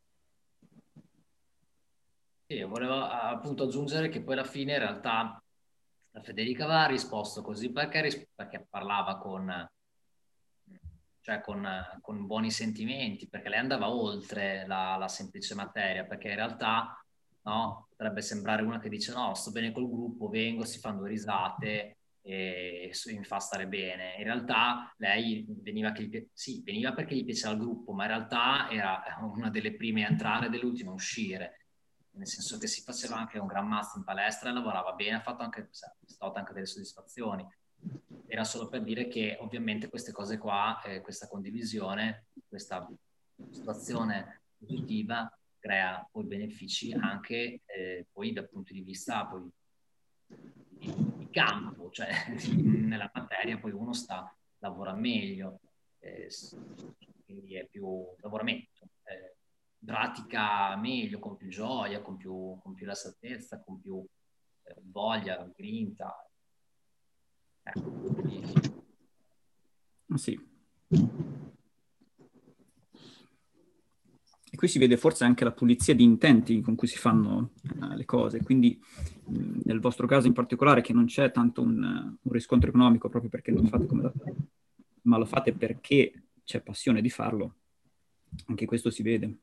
Sì, volevo appunto aggiungere che poi alla fine in realtà la Federica aveva risposto così perché parlava con buoni sentimenti, perché lei andava oltre la semplice materia, perché in realtà no, potrebbe sembrare una che dice no, sto bene col gruppo, vengo, si fanno 2 risate e mi fa stare bene. In realtà lei veniva perché gli piaceva il gruppo, ma in realtà era una delle prime a entrare e dell'ultima a uscire, nel senso che si faceva anche un gran master in palestra e lavorava bene, ha fatto anche, anche delle soddisfazioni. Era solo per dire che ovviamente queste cose qua, questa condivisione, questa situazione positiva crea poi benefici anche poi dal punto di vista poi di campo, cioè nella materia poi uno lavora meglio, quindi lavora meglio, pratica meglio, con più gioia, con più rilassatezza, con più voglia, grinta. Ecco, quindi... Sì. E qui si vede forse anche la pulizia di intenti con cui si fanno le cose, quindi nel vostro caso in particolare, che non c'è tanto un riscontro economico proprio perché lo fate come lavoro, ma lo fate perché c'è passione di farlo, anche questo si vede.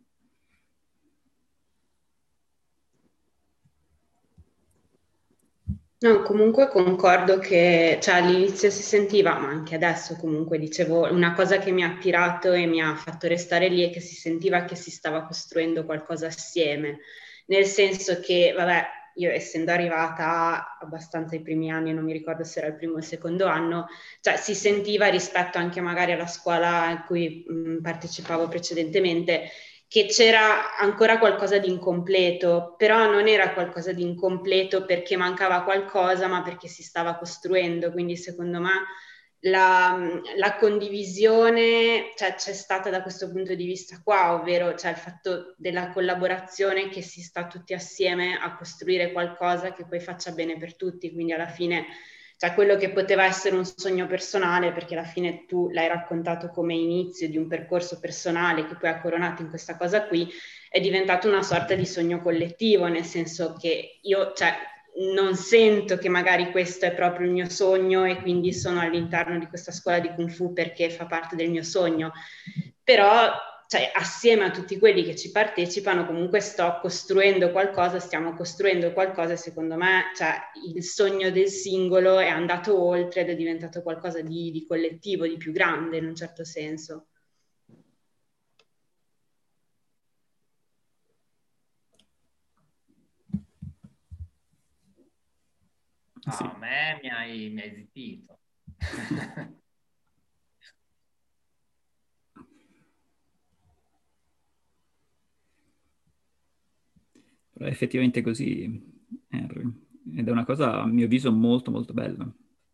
No, comunque concordo che cioè, all'inizio si sentiva, ma anche adesso comunque dicevo, una cosa che mi ha attirato e mi ha fatto restare lì è che si sentiva che si stava costruendo qualcosa assieme, nel senso che, vabbè, io essendo arrivata abbastanza ai primi anni, non mi ricordo se era il primo o il secondo anno, cioè si sentiva rispetto anche magari alla scuola a cui partecipavo precedentemente, che c'era ancora qualcosa di incompleto, però non era qualcosa di incompleto perché mancava qualcosa, ma perché si stava costruendo. Quindi secondo me la condivisione c'è stata da questo punto di vista qua, ovvero il fatto della collaborazione, che si sta tutti assieme a costruire qualcosa che poi faccia bene per tutti. Quindi alla fine quello che poteva essere un sogno personale, perché alla fine tu l'hai raccontato come inizio di un percorso personale che poi ha coronato in questa cosa qui, è diventato una sorta di sogno collettivo, nel senso che io non sento che magari questo è proprio il mio sogno e quindi sono all'interno di questa scuola di Kung Fu perché fa parte del mio sogno, però assieme a tutti quelli che ci partecipano comunque stiamo costruendo qualcosa e secondo me il sogno del singolo è andato oltre ed è diventato qualcosa di collettivo, di più grande in un certo senso. Sì. A me mi hai zittito. Però è effettivamente così, Henry. Ed è una cosa, a mio avviso, molto molto bella.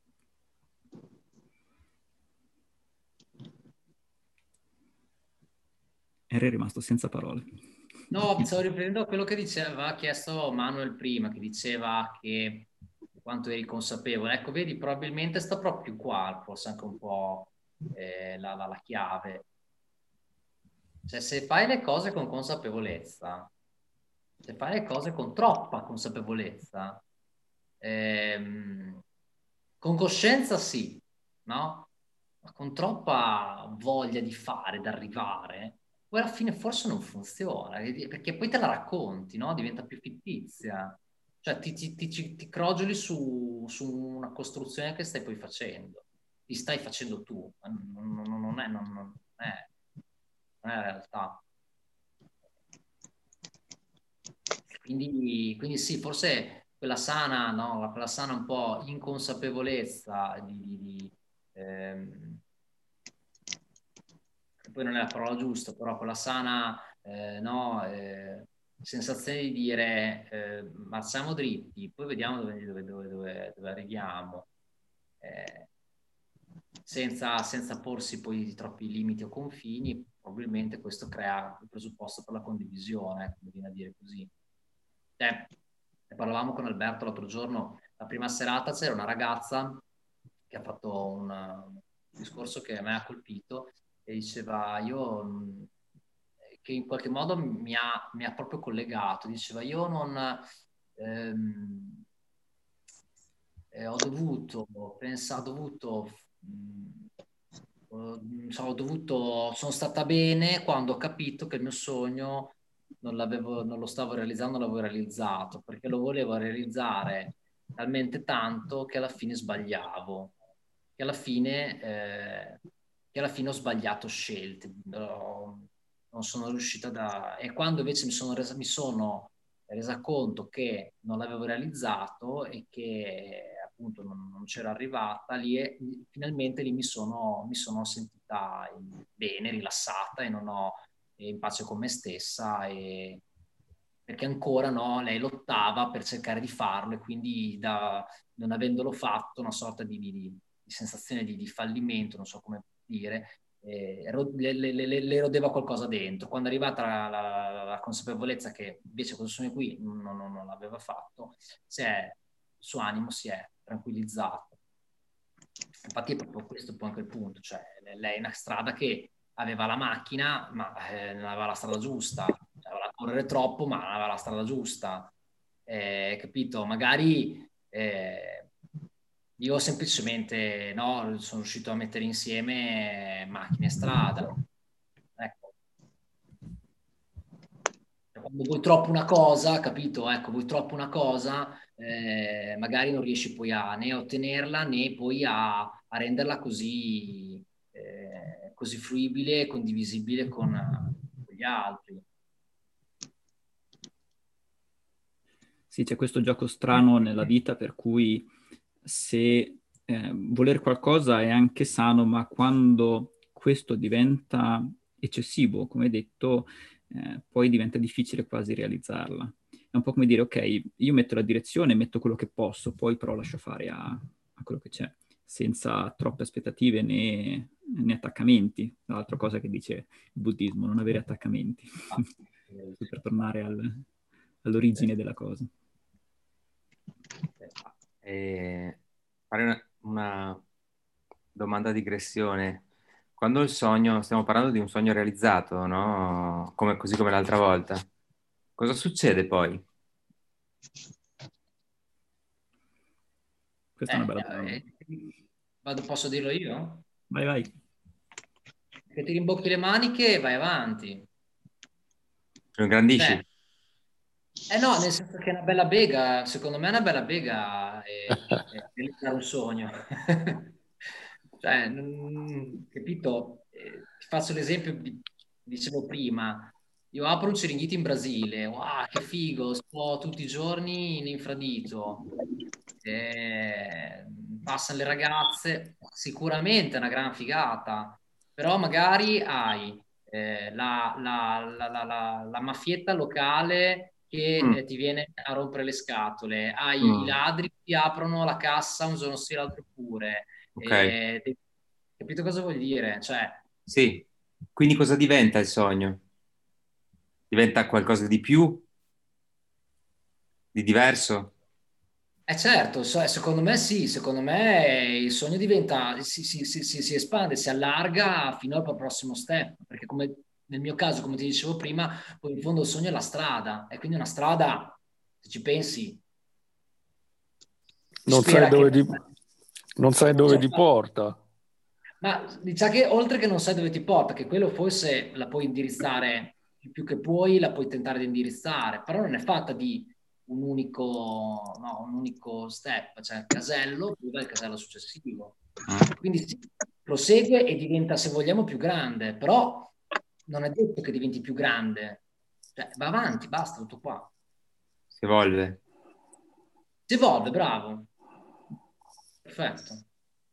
Henry è rimasto senza parole. No, stavo riprendendo a quello che ha chiesto Manuel prima, che diceva che quanto eri consapevole. Ecco, vedi, probabilmente sta proprio qua, forse anche un po' la chiave. Cioè, se fai le cose con consapevolezza, se fai le cose con troppa consapevolezza, con coscienza sì, no? Ma con troppa voglia di fare, di arrivare, poi alla fine forse non funziona, perché poi te la racconti, no? Diventa più fittizia. Cioè ti crogioli su una costruzione che stai poi facendo. Ti stai facendo tu, ma non è la realtà. Quindi sì, forse quella sana, no? Quella sana un po' inconsapevolezza che poi non è la parola giusta, però quella sana no, sensazione di dire marciamo dritti, poi vediamo dove arriviamo, senza porsi poi troppi limiti o confini. Probabilmente questo crea il presupposto per la condivisione, come viene a dire così. Ne parlavamo con Alberto l'altro giorno, la prima serata c'era una ragazza che ha fatto un discorso che a me ha colpito e diceva che in qualche modo mi ha proprio collegato, diceva io non ho dovuto sono stata bene quando ho capito che il mio sogno non lo stavo realizzando, non l'avevo realizzato, perché lo volevo realizzare talmente tanto che alla fine sbagliavo, che alla fine ho sbagliato scelte, non sono riuscita e quando invece mi sono resa conto che non l'avevo realizzato e che appunto non c'era arrivata, finalmente lì mi sono sentita bene, rilassata e non ho in pace con me stessa, perché ancora no, lei lottava per cercare di farlo e quindi non avendolo fatto una sorta di sensazione di fallimento, non so come dire, le erodeva qualcosa dentro. Quando è arrivata la consapevolezza che invece questo sogno qui non l'aveva fatto, il suo animo si è tranquillizzato. Infatti è proprio questo poi anche il punto, cioè lei è una strada che aveva la macchina ma non aveva la strada giusta, cioè, aveva da correre troppo ma non aveva la strada giusta, capito? Magari io semplicemente no, sono riuscito a mettere insieme macchina e strada, ecco. Quando vuoi troppo una cosa, capito? Ecco, vuoi troppo una cosa, magari non riesci poi né a ottenerla né poi a renderla così fruibile e condivisibile con gli altri. Sì, c'è questo gioco strano nella vita per cui se voler qualcosa è anche sano, ma quando questo diventa eccessivo, come hai detto, poi diventa difficile quasi realizzarla. È un po' come dire, ok, io metto la direzione, metto quello che posso, poi però lascio fare a quello che c'è, senza troppe aspettative né attaccamenti. L'altra cosa che dice il buddismo, non avere attaccamenti, per tornare all'origine della cosa. Fare una domanda di digressione. Quando il sogno, stiamo parlando di un sogno realizzato, no? Così come l'altra volta. Cosa succede poi? Questa è una bella domanda. Posso dirlo io? Vai. Che ti rimbocchi le maniche e vai avanti. Lo ingrandisci? No, nel senso che è una bella bega, secondo me è una bella bega realizzare un sogno. Cioè, capito? Ti faccio l'esempio, dicevo prima, io apro un Ciringhito in Brasile, wow, che figo, sto tutti i giorni in infradito, passano le ragazze, sicuramente è una gran figata, però magari hai la maffietta locale che ti viene a rompere le scatole, hai i ladri che ti aprono la cassa un giorno sì l'altro pure. Ok. Capito cosa vuol dire? Cioè, sì. Quindi cosa diventa il sogno? Diventa qualcosa di più? Di diverso? certo, secondo me sì, secondo me il sogno diventa, si espande, si allarga fino al prossimo step, perché come nel mio caso, come ti dicevo prima, poi in fondo il sogno è la strada, e quindi una strada, se ci pensi, Non sai dove ti porta. Ma diciamo che oltre che non sai dove ti porta, che quello forse la puoi indirizzare il più che puoi, la puoi tentare di indirizzare, però non è fatta di un unico step, cioè il casello, poi va il casello successivo. Quindi sì, prosegue e diventa, se vogliamo, più grande, però non è detto che diventi più grande. Cioè, va avanti, basta, tutto qua. Si evolve. Si evolve, bravo. Perfetto.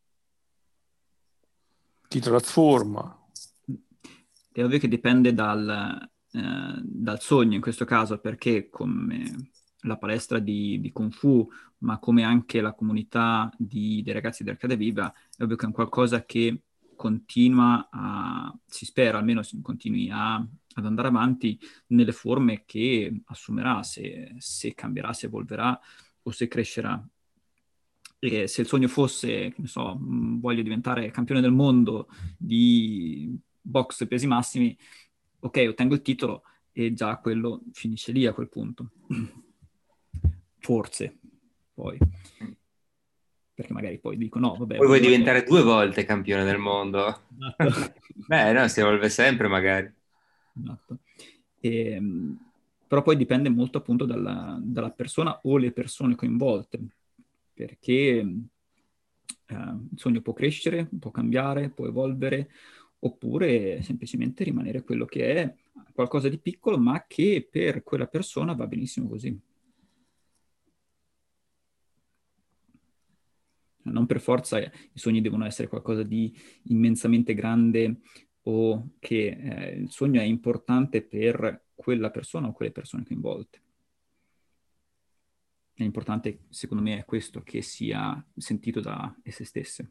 Ti trasforma. È ovvio che dipende dal sogno in questo caso, perché come la palestra di Kung Fu, ma come anche la comunità dei ragazzi di Arcadia Viva, è ovvio che è un qualcosa che continua si spera almeno si continui ad andare avanti nelle forme che assumerà, se cambierà, se evolverà o se crescerà. E se il sogno fosse, che ne so, voglio diventare campione del mondo di box pesi massimi, ok, ottengo il titolo e già quello finisce lì a quel punto. Forse, poi. Perché magari poi dico no, vabbè. Poi vuoi diventare 2 volte campione del mondo? Esatto. Beh, no, si evolve sempre magari. Esatto. Però poi dipende molto appunto dalla persona o le persone coinvolte, perché il sogno può crescere, può cambiare, può evolvere, oppure semplicemente rimanere quello che è, qualcosa di piccolo, ma che per quella persona va benissimo così. Non per forza i sogni devono essere qualcosa di immensamente grande o che il sogno è importante per quella persona o quelle persone coinvolte. L'importante, secondo me, è questo, che sia sentito da se stesse.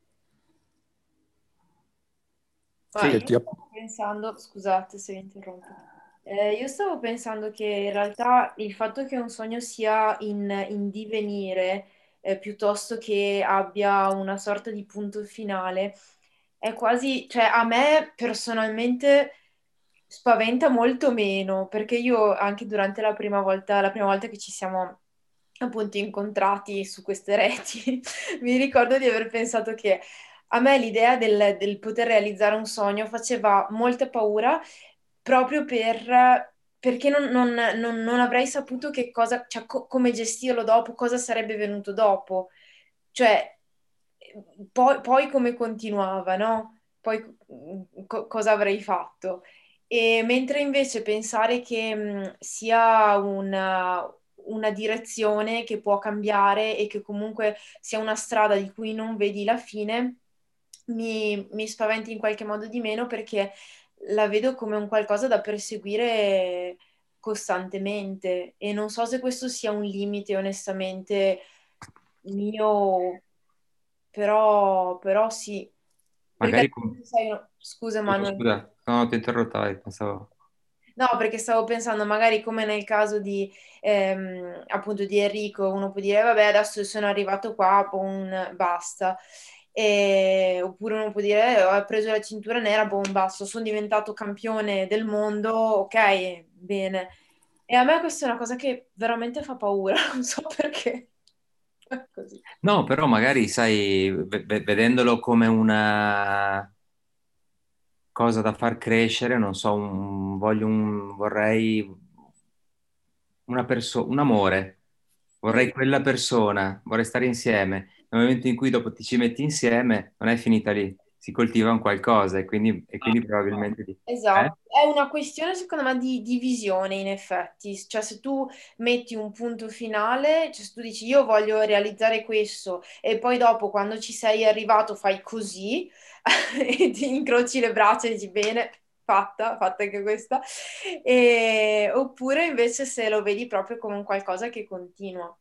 Ma io Sì, stavo pensando, scusate se vi interrompo, io stavo pensando che in realtà il fatto che un sogno sia in divenire, piuttosto che abbia una sorta di punto finale, è quasi, cioè a me personalmente spaventa molto meno, perché io anche durante la prima volta che ci siamo appunto incontrati su queste reti, mi ricordo di aver pensato che a me l'idea del poter realizzare un sogno faceva molta paura proprio perché non avrei saputo che cosa, cioè, come gestirlo dopo, cosa sarebbe venuto dopo. Cioè, poi come continuava, no? Poi cosa avrei fatto. E mentre invece pensare che sia una direzione che può cambiare e che comunque sia una strada di cui non vedi la fine, mi spaventi in qualche modo di meno perché la vedo come un qualcosa da perseguire costantemente e non so se questo sia un limite onestamente mio, però sì. Perché Magari scusa Scusa, Manuel. scusa, no, ti ho interrotto, vai, pensavo. No, perché stavo pensando, magari come nel caso appunto di Enrico, uno può dire, vabbè, adesso sono arrivato qua, basta. Oppure uno può dire, ho preso la cintura nera, basta, sono diventato campione del mondo, ok, bene. E a me questa è una cosa che veramente fa paura, non so perché. È così. No, però magari, sai, vedendolo come una cosa da far crescere, non so, vorrei un amore, vorrei quella persona, vorrei stare insieme. Nel momento in cui dopo ti ci metti insieme, non è finita lì, si coltiva un qualcosa e quindi probabilmente di... Esatto, è una questione secondo me di visione in effetti, cioè se tu metti un punto finale, cioè se tu dici io voglio realizzare questo e poi dopo quando ci sei arrivato fai così e ti incroci le braccia e dici bene, fatta anche questa, oppure invece se lo vedi proprio come un qualcosa che continua.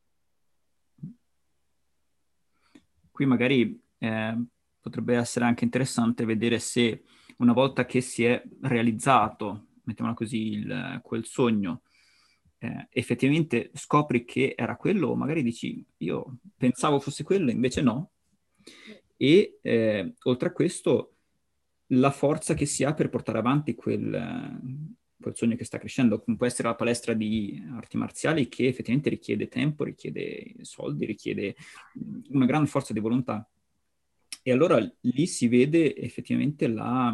Qui magari potrebbe essere anche interessante vedere se una volta che si è realizzato, mettiamola così, quel sogno, effettivamente scopri che era quello, o magari dici io pensavo fosse quello, invece no. E oltre a questo, la forza che si ha per portare avanti quel sogno che sta crescendo, come può essere la palestra di arti marziali, che effettivamente richiede tempo, richiede soldi, richiede una grande forza di volontà. E allora lì si vede effettivamente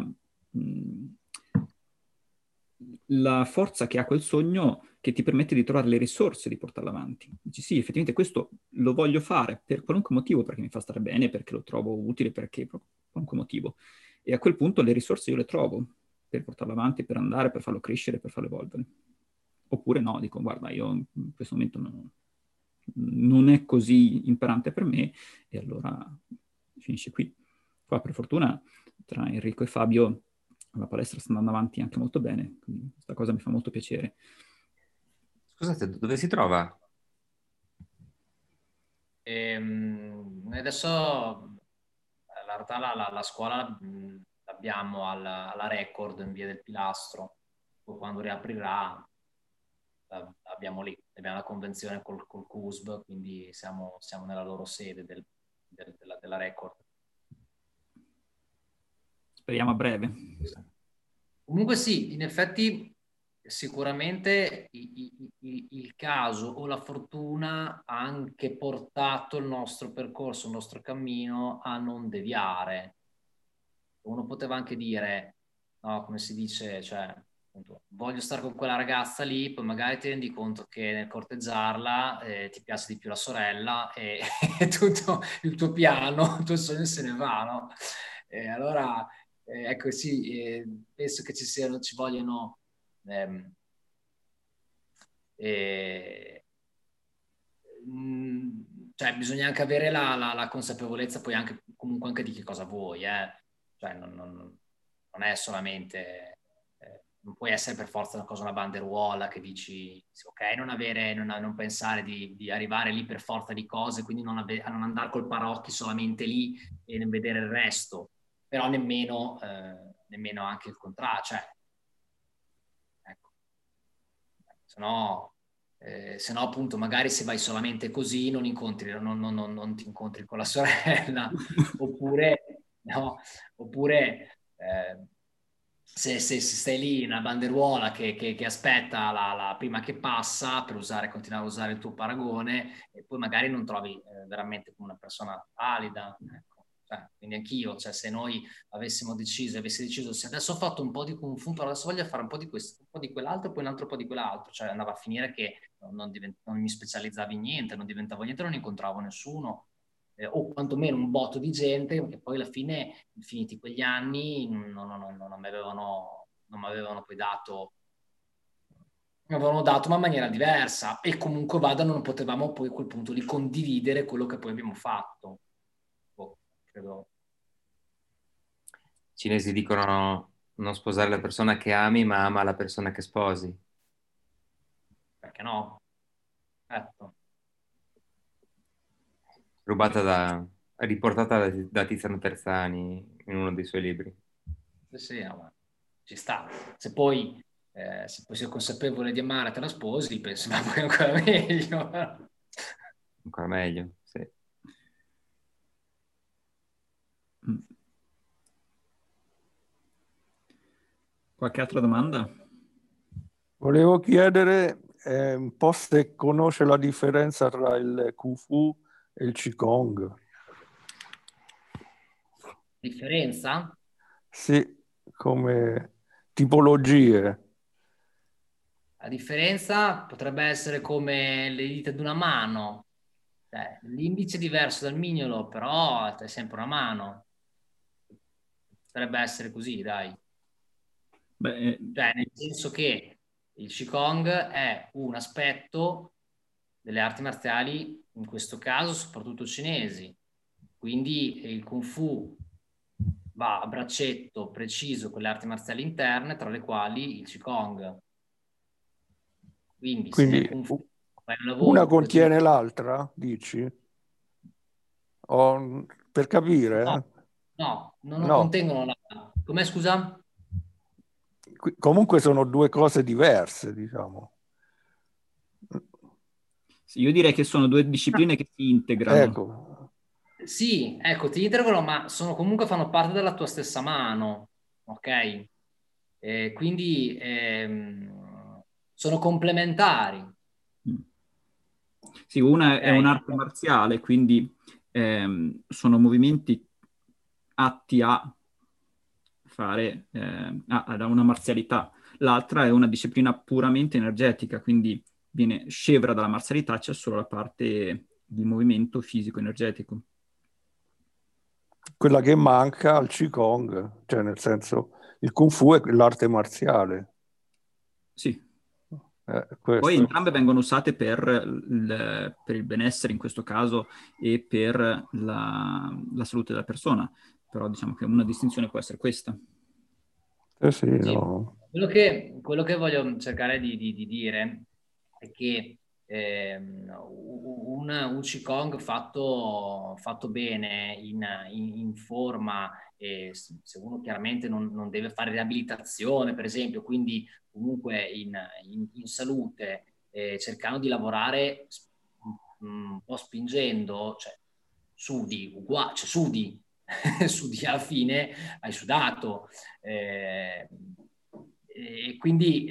la forza che ha quel sogno, che ti permette di trovare le risorse di portarlo avanti. Dici sì, effettivamente questo lo voglio fare per qualunque motivo, perché mi fa stare bene, perché lo trovo utile, perché per qualunque motivo. E a quel punto le risorse io le trovo per portarlo avanti, per andare, per farlo crescere, per farlo evolvere. Oppure no, dico, guarda, io in questo momento non è così imperante per me, e allora finisce qui. Qua per fortuna tra Enrico e Fabio la palestra sta andando avanti anche molto bene, quindi questa cosa mi fa molto piacere. Scusate, dove si trova? Adesso in realtà la scuola l'abbiamo alla Record in via del Pilastro, poi quando riaprirà abbiamo la convenzione col CUSB, quindi siamo nella loro sede della Record. Speriamo a breve. Comunque sì, in effetti sicuramente il caso o la fortuna ha anche portato il nostro percorso, il nostro cammino a non deviare. Uno poteva anche dire, no, come si dice, cioè, appunto, voglio stare con quella ragazza lì, poi magari ti rendi conto che nel corteggiarla ti piace di più la sorella e tutto il tuo piano, il tuo sogno se ne va, no? Allora, ecco sì, penso che ci vogliono cioè bisogna anche avere la consapevolezza poi anche comunque anche di che cosa vuoi, cioè non è solamente non puoi essere per forza una banderuola che dici ok, non pensare di arrivare lì per forza di cose, quindi non andare col parocchi solamente lì e non vedere il resto, però nemmeno anche il contrario, cioè ecco, se no appunto magari se vai solamente così non ti incontri con la sorella oppure se stai lì una banderuola che aspetta la prima che passa per continuare a usare il tuo paragone e poi magari non trovi veramente una persona valida, ecco. Quindi anch'io, cioè, se noi avessi deciso se adesso ho fatto un po' di Kung Fu, però adesso voglio fare un po' di questo, un po' di quell'altro, poi un altro po' di quell'altro, cioè andava a finire che non mi specializzavo in niente, non diventavo niente, non incontravo nessuno, o quantomeno un botto di gente che poi alla fine, finiti quegli anni, non mi avevano poi dato, mi avevano dato ma in maniera diversa e comunque non potevamo poi a quel punto lì condividere quello che poi abbiamo fatto. Credo. I cinesi dicono non sposare la persona che ami, ma ama la persona che sposi. Perché no? Certo. Riportata da Tiziano Terzani in uno dei suoi libri. Sì, no, ci sta. Se poi sei consapevole di amare, te la sposi, penso che poi ancora meglio. Ancora meglio, sì. Qualche altra domanda? Volevo chiedere un po' se conosce la differenza tra il Kung Fu e il Qigong. Differenza? Sì, come tipologie. La differenza potrebbe essere come le dita di una mano. L'indice è diverso dal mignolo, però è sempre una mano. Potrebbe essere così, dai. Beh, Nel senso che il Qigong è un aspetto delle arti marziali, in questo caso soprattutto cinesi. Quindi il Kung Fu va a braccetto preciso con le arti marziali interne, tra le quali il Qigong. Quindi se nel Kung Fu fai un lavoro una contiene l'altra, dici? Per capire? No, non contengono l'altra. Com'è, scusa? Comunque sono due cose diverse, diciamo. Io direi che sono due discipline che si integrano. Ecco. Sì, ecco, ti integrano, ma comunque fanno parte della tua stessa mano. ok? Quindi sono complementari. Sì, una è Ok. un'arte marziale, quindi sono movimenti atti a fare ad una marzialità. L'altra è una disciplina puramente energetica, quindi viene scevra dalla marzialità, c'è solo la parte di movimento fisico-energetico. Quella che manca al Qigong, cioè nel senso, il Kung Fu è l'arte marziale. Sì. Poi Questo. entrambe vengono usate per il benessere in questo caso e per la salute della persona, però diciamo che una distinzione può essere questa. Sì, Sì. no. Quello che voglio cercare di dire è che un Qigong fatto bene, in forma, se uno chiaramente non deve fare riabilitazione, per esempio, quindi comunque in salute, cercando di lavorare un po' spingendo, cioè sudi, uguale, cioè sudi, sudi alla fine, hai sudato. E quindi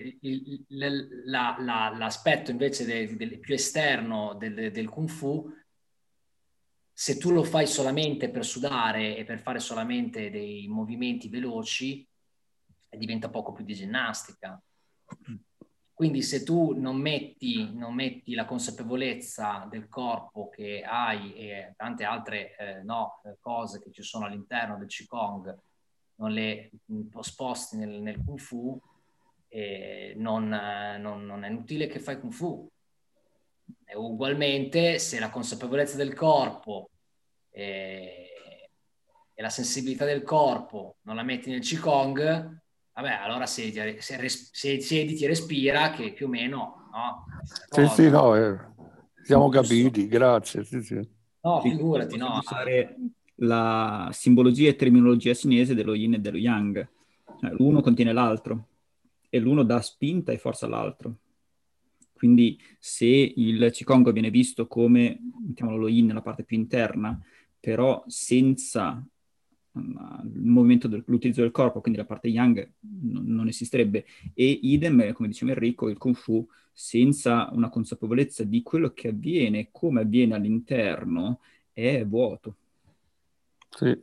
l'aspetto invece del più esterno del Kung Fu, se tu lo fai solamente per sudare e per fare solamente dei movimenti veloci, diventa poco più di ginnastica. Quindi se tu non metti la consapevolezza del corpo che hai e tante altre cose che ci sono all'interno del Qigong, non le sposti nel Kung Fu, non è inutile che fai Kung Fu. E ugualmente, se la consapevolezza del corpo e la sensibilità del corpo non la metti nel Qigong, vabbè, allora siediti e respira, che più o meno, no? Sì, no, siamo Giusto? capiti, grazie. Sì. No, Sì, figurati, possiamo no. usare la simbologia e terminologia cinese dello yin e dello yang. Cioè, l'uno contiene l'altro e l'uno dà spinta e forza all'altro. Quindi se il Qigong viene visto come, mettiamolo lo yin nella parte più interna, però senza il movimento dell'utilizzo del corpo, quindi la parte yang non esisterebbe. E idem, come diceva Enrico, il Kung Fu senza una consapevolezza di quello che avviene, come avviene all'interno, è vuoto. Sì.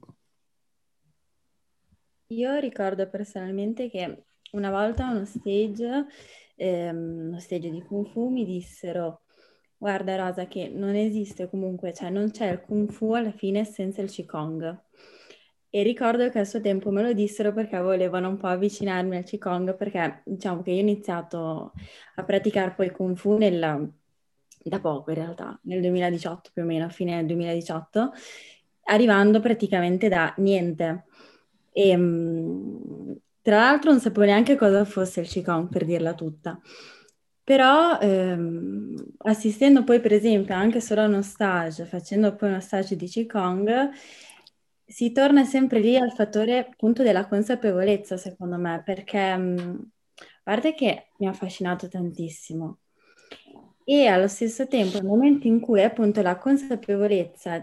Io ricordo personalmente che una volta a uno stage di Kung Fu mi dissero: guarda Rosa, che non esiste comunque, cioè non c'è il Kung Fu alla fine senza il Qigong. E ricordo che a suo tempo me lo dissero perché volevano un po' avvicinarmi al Qigong, perché diciamo che io ho iniziato a praticare poi Kung Fu da poco in realtà, nel 2018 più o meno, a fine del 2018, arrivando praticamente da niente. E, tra l'altro non sapevo neanche cosa fosse il Qigong, per dirla tutta. Però assistendo poi per esempio anche solo a uno stage, facendo poi uno stage di Qigong, si torna sempre lì al fattore appunto della consapevolezza, secondo me, perché a parte che mi ha affascinato tantissimo e allo stesso tempo nel momento in cui appunto la consapevolezza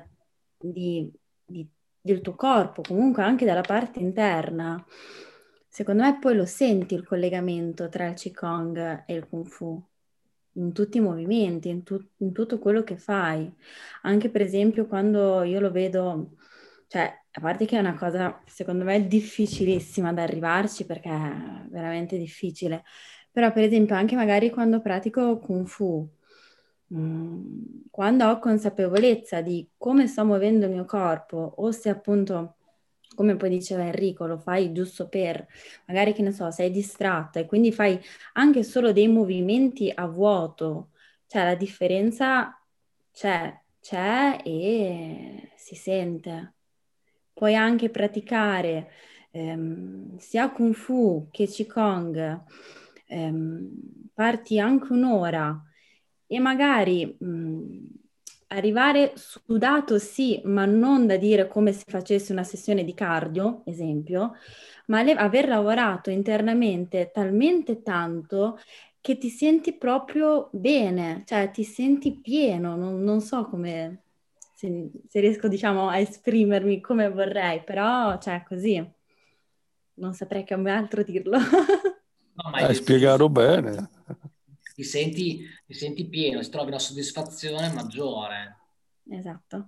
del tuo corpo, comunque anche dalla parte interna, secondo me poi lo senti il collegamento tra il Qigong e il Kung Fu, in tutti i movimenti, in tutto quello che fai. Anche per esempio quando io lo vedo, cioè a parte che è una cosa secondo me difficilissima da arrivarci perché è veramente difficile, però per esempio anche magari quando pratico Kung Fu, quando ho consapevolezza di come sto muovendo il mio corpo o se appunto, come poi diceva Enrico, lo fai giusto per, magari che ne so, sei distratta e quindi fai anche solo dei movimenti a vuoto, cioè la differenza c'è e si sente. Puoi anche praticare sia Kung Fu che Qigong, parti anche un'ora e magari arrivare sudato sì, ma non da dire come se facessi una sessione di cardio, esempio, ma aver lavorato internamente talmente tanto che ti senti proprio bene, cioè ti senti pieno, non so come, se riesco diciamo a esprimermi come vorrei, però cioè così. non saprei come altro dirlo. No, ma Hai spiegato bene. ti senti pieno, ti trovi una soddisfazione maggiore. Esatto.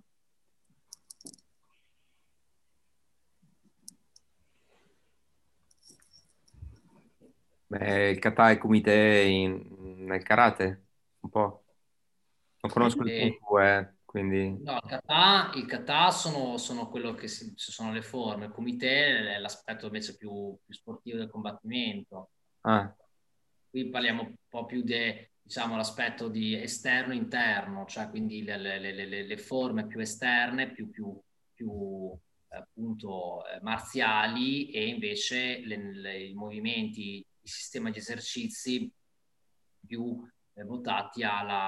Beh, il kata e il kumite nel karate, un po'. Non conosco il kung E, fu, quindi... no, il kata sono quello che sono le forme, il kumite è l'aspetto invece più sportivo del combattimento. Ah, Qui parliamo un po' più di, diciamo, l'aspetto di esterno-interno, cioè quindi le forme più esterne, più, appunto marziali, e invece i movimenti, il sistema di esercizi più votati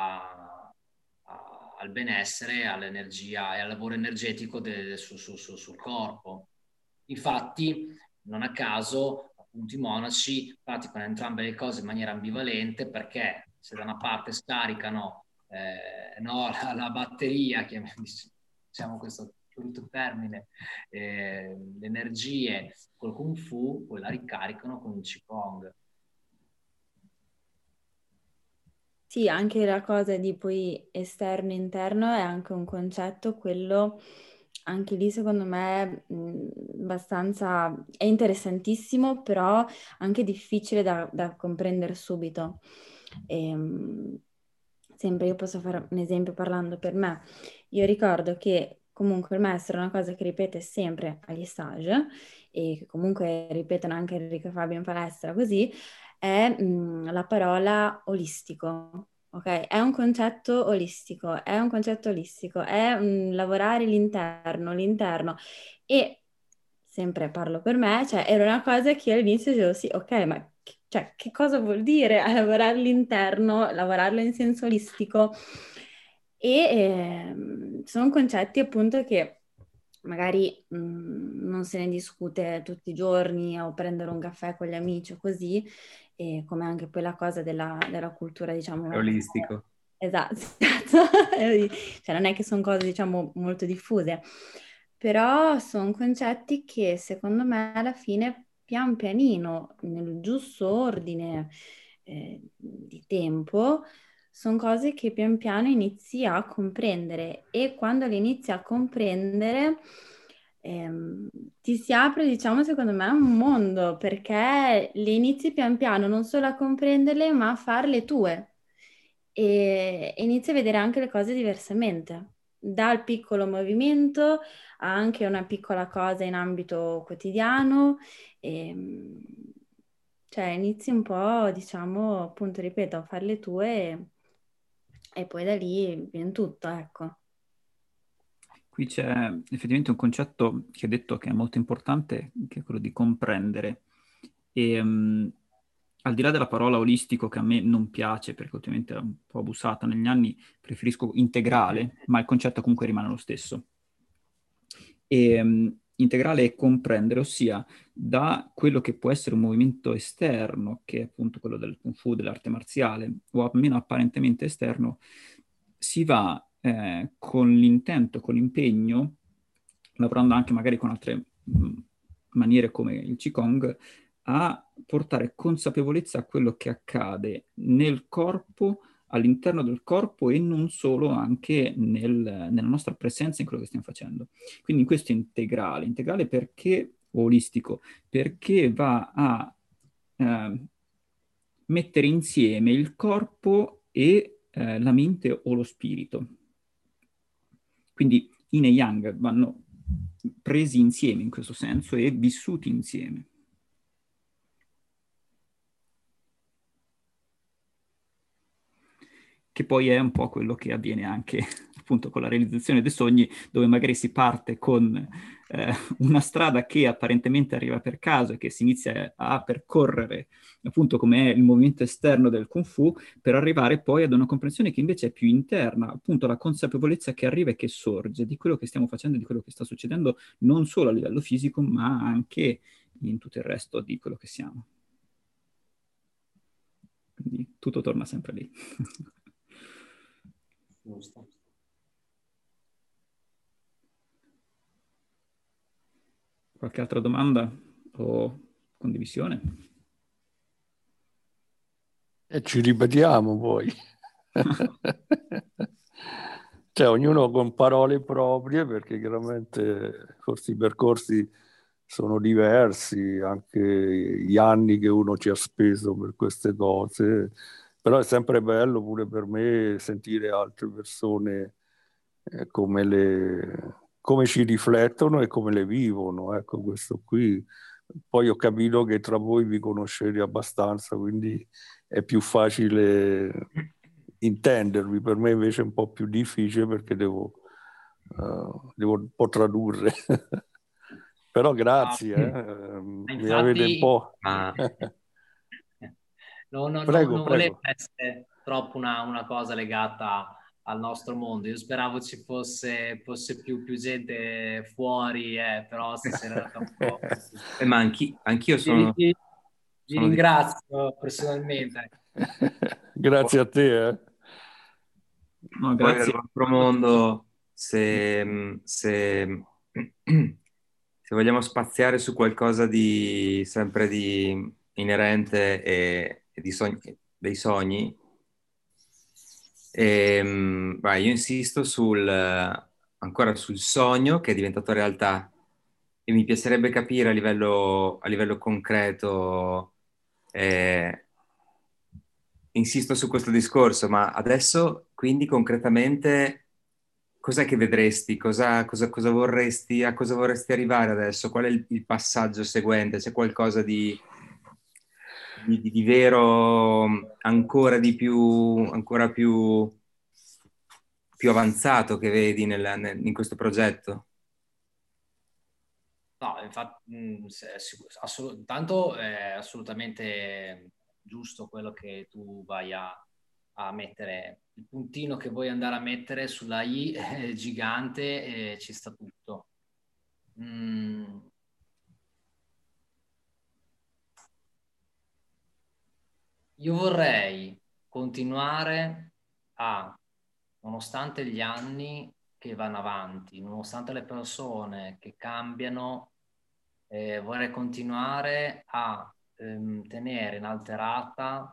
al benessere, all'energia e al lavoro energetico sul corpo. Infatti, non a caso, appunto, i monaci praticano entrambe le cose in maniera ambivalente, perché se da una parte scaricano no, la batteria, diciamo questo brutto termine, le energie col Kung Fu, poi la ricaricano con il Qigong. Sì, anche la cosa di poi esterno e interno è anche un concetto, quello anche lì secondo me abbastanza è interessantissimo, però anche difficile da comprendere subito. Sempre io posso fare un esempio parlando per me. Io ricordo che comunque il maestro è una cosa che ripete sempre agli stage e che comunque ripetono anche Enrico e Fabio in palestra così, è la parola olistico. Ok, è un concetto olistico, è un concetto olistico, è lavorare l'interno. E sempre parlo per me, cioè era una cosa che io all'inizio dicevo sì, ok, ma cioè, che cosa vuol dire lavorare l'interno, lavorarlo in senso olistico? E sono concetti appunto che magari non se ne discute tutti i giorni o prendere un caffè con gli amici o così, e come anche poi la cosa della cultura, diciamo, è olistico. esatto, cioè non è che sono cose, diciamo, molto diffuse, però sono concetti che secondo me alla fine, pian pianino, nel giusto ordine di tempo, sono cose che pian piano inizi a comprendere, e quando le inizi a comprendere ehm, ti si apre, diciamo, secondo me un mondo, perché le inizi pian piano non solo a comprenderle, ma a farle tue, e inizi a vedere anche le cose diversamente. Dal piccolo movimento a anche una piccola cosa in ambito quotidiano, e, cioè inizi un po', diciamo, appunto, ripeto, a farle tue, e poi da lì viene tutto, ecco. Qui c'è effettivamente un concetto che ho detto che è molto importante, che è quello di comprendere. E al di là della parola olistico, che a me non piace perché ultimamente è un po' abusata negli anni, preferisco integrale, ma il concetto comunque rimane lo stesso. E integrale è comprendere, ossia da quello che può essere un movimento esterno, che è appunto quello del Kung Fu, dell'arte marziale, o almeno apparentemente esterno, si va con l'intento, con l'impegno, lavorando anche magari con altre maniere come il Qigong, a portare consapevolezza a quello che accade nel corpo, all'interno del corpo, e non solo, anche nella nostra presenza in quello che stiamo facendo. Quindi questo è integrale perché, o olistico, perché va a mettere insieme il corpo e la mente o lo spirito. Quindi yin e yang vanno presi insieme in questo senso e vissuti insieme. Che poi è un po' quello che avviene anche appunto con la realizzazione dei sogni, dove magari si parte con una strada che apparentemente arriva per caso e che si inizia a percorrere, appunto come è il movimento esterno del Kung Fu, per arrivare poi ad una comprensione che invece è più interna, appunto la consapevolezza che arriva e che sorge di quello che stiamo facendo, di quello che sta succedendo, non solo a livello fisico, ma anche in tutto il resto di quello che siamo. Quindi tutto torna sempre lì. Giusto. Qualche altra domanda? O condivisione. E ci ripetiamo poi. Cioè, ognuno con parole proprie, perché chiaramente forse i percorsi sono diversi, anche gli anni che uno ci ha speso per queste cose, però è sempre bello pure per me sentire altre persone come ci riflettono e come le vivono. Ecco, questo qui. Poi ho capito che tra voi vi conoscete abbastanza, quindi è più facile intendervi. Per me invece è un po' più difficile perché devo un po' tradurre. Però grazie, mi avete un po'... non Prego, voleva prego. essere troppo una cosa legata al nostro mondo. Io speravo ci fosse più gente fuori, però stasera è andata un po'. Ma anch'io sono... Vi ringrazio personalmente. Grazie a te. No, Poi nel grazie. vostro mondo, se vogliamo spaziare su qualcosa di sempre di inerente e di dei sogni, io insisto ancora sul sogno che è diventato realtà e mi piacerebbe capire a livello concreto, insisto su questo discorso, ma adesso quindi concretamente cos'è che vedresti? Cosa vorresti, a cosa vorresti arrivare adesso? Qual è il passaggio seguente? C'è qualcosa di vero ancora più avanzato che vedi in questo progetto? No, infatti, tanto è assolutamente giusto quello che tu vai a mettere, il puntino che vuoi andare a mettere sulla I gigante, ci sta tutto. Io vorrei continuare nonostante gli anni che vanno avanti, nonostante le persone che cambiano, vorrei continuare a tenere inalterata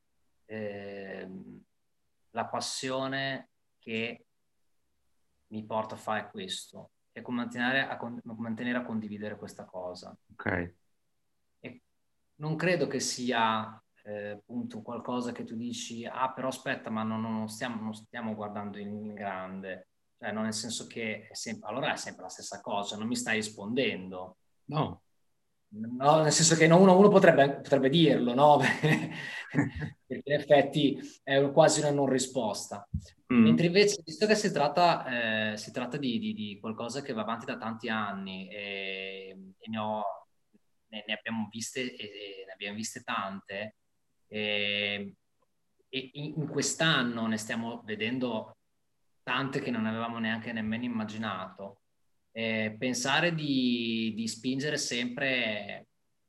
la passione che mi porta a fare questo e mantenere a condividere questa cosa. Ok. E non credo che sia appunto qualcosa che tu dici, però aspetta, ma non stiamo guardando in grande, cioè non nel senso che allora è sempre la stessa cosa, non mi stai rispondendo. No. No, nel senso che uno potrebbe dirlo, no? Perché in effetti è quasi una non risposta. Mentre invece, visto che si tratta di qualcosa che va avanti da tanti anni e ne abbiamo viste e ne abbiamo viste tante, e in quest'anno ne stiamo vedendo tante che non avevamo nemmeno immaginato. Pensare di spingere sempre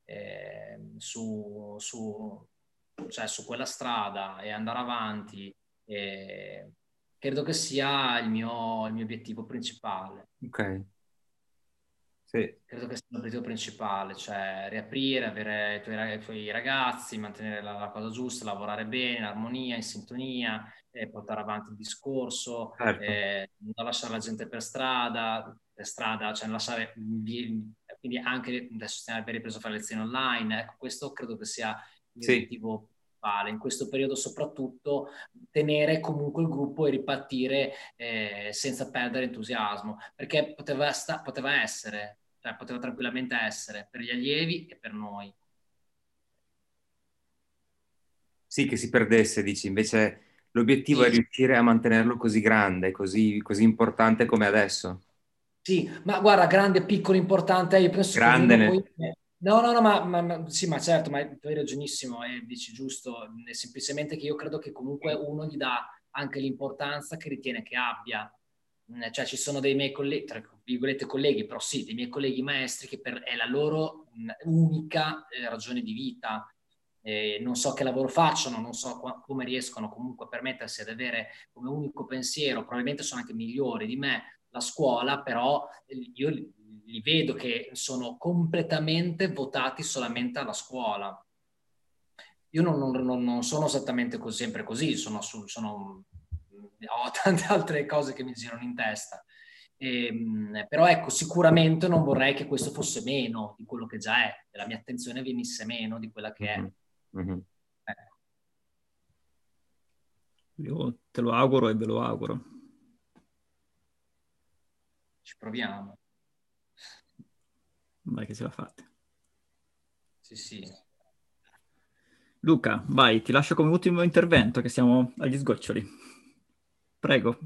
cioè su quella strada e andare avanti, credo che sia il mio obiettivo principale. Ok. Sì. Credo che sia l'obiettivo principale, cioè riaprire, avere i tuoi ragazzi, mantenere la cosa giusta, lavorare bene, in armonia, in sintonia, portare avanti il discorso, Certo. non lasciare la gente per strada, cioè non lasciare, quindi anche adesso stiamo per ripreso a fare lezioni online, ecco, questo credo che sia il mio obiettivo principale, in questo periodo soprattutto tenere comunque il gruppo e ripartire senza perdere entusiasmo, perché poteva essere, cioè poteva tranquillamente essere per gli allievi e per noi. Sì, che si perdesse, dici, invece l'obiettivo è riuscire a mantenerlo così grande, così importante come adesso. Sì, ma guarda, grande, piccolo, importante, io penso che Grande ognuno poi... No, sì, ma certo, ma tu hai ragionissimo e dici giusto, è semplicemente che io credo che comunque uno gli dà anche l'importanza che ritiene che abbia. Cioè ci sono dei miei colleghi, tra virgolette colleghi, però sì, dei miei colleghi maestri che è la loro unica ragione di vita. Non so che lavoro facciano, non so come riescono comunque a permettersi ad avere come unico pensiero, probabilmente sono anche migliori di me, la scuola, però io li vedo che sono completamente votati solamente alla scuola. Io non sono esattamente sempre così, ho tante altre cose che mi girano in testa. Però ecco, sicuramente non vorrei che questo fosse meno di quello che già è, che la mia attenzione venisse meno di quella che è. Mm-hmm. Ecco. Io te lo auguro e ve lo auguro. Ci proviamo. Vai che ce la fate. Sì. Luca, vai, ti lascio come ultimo intervento, che siamo agli sgoccioli. Prego.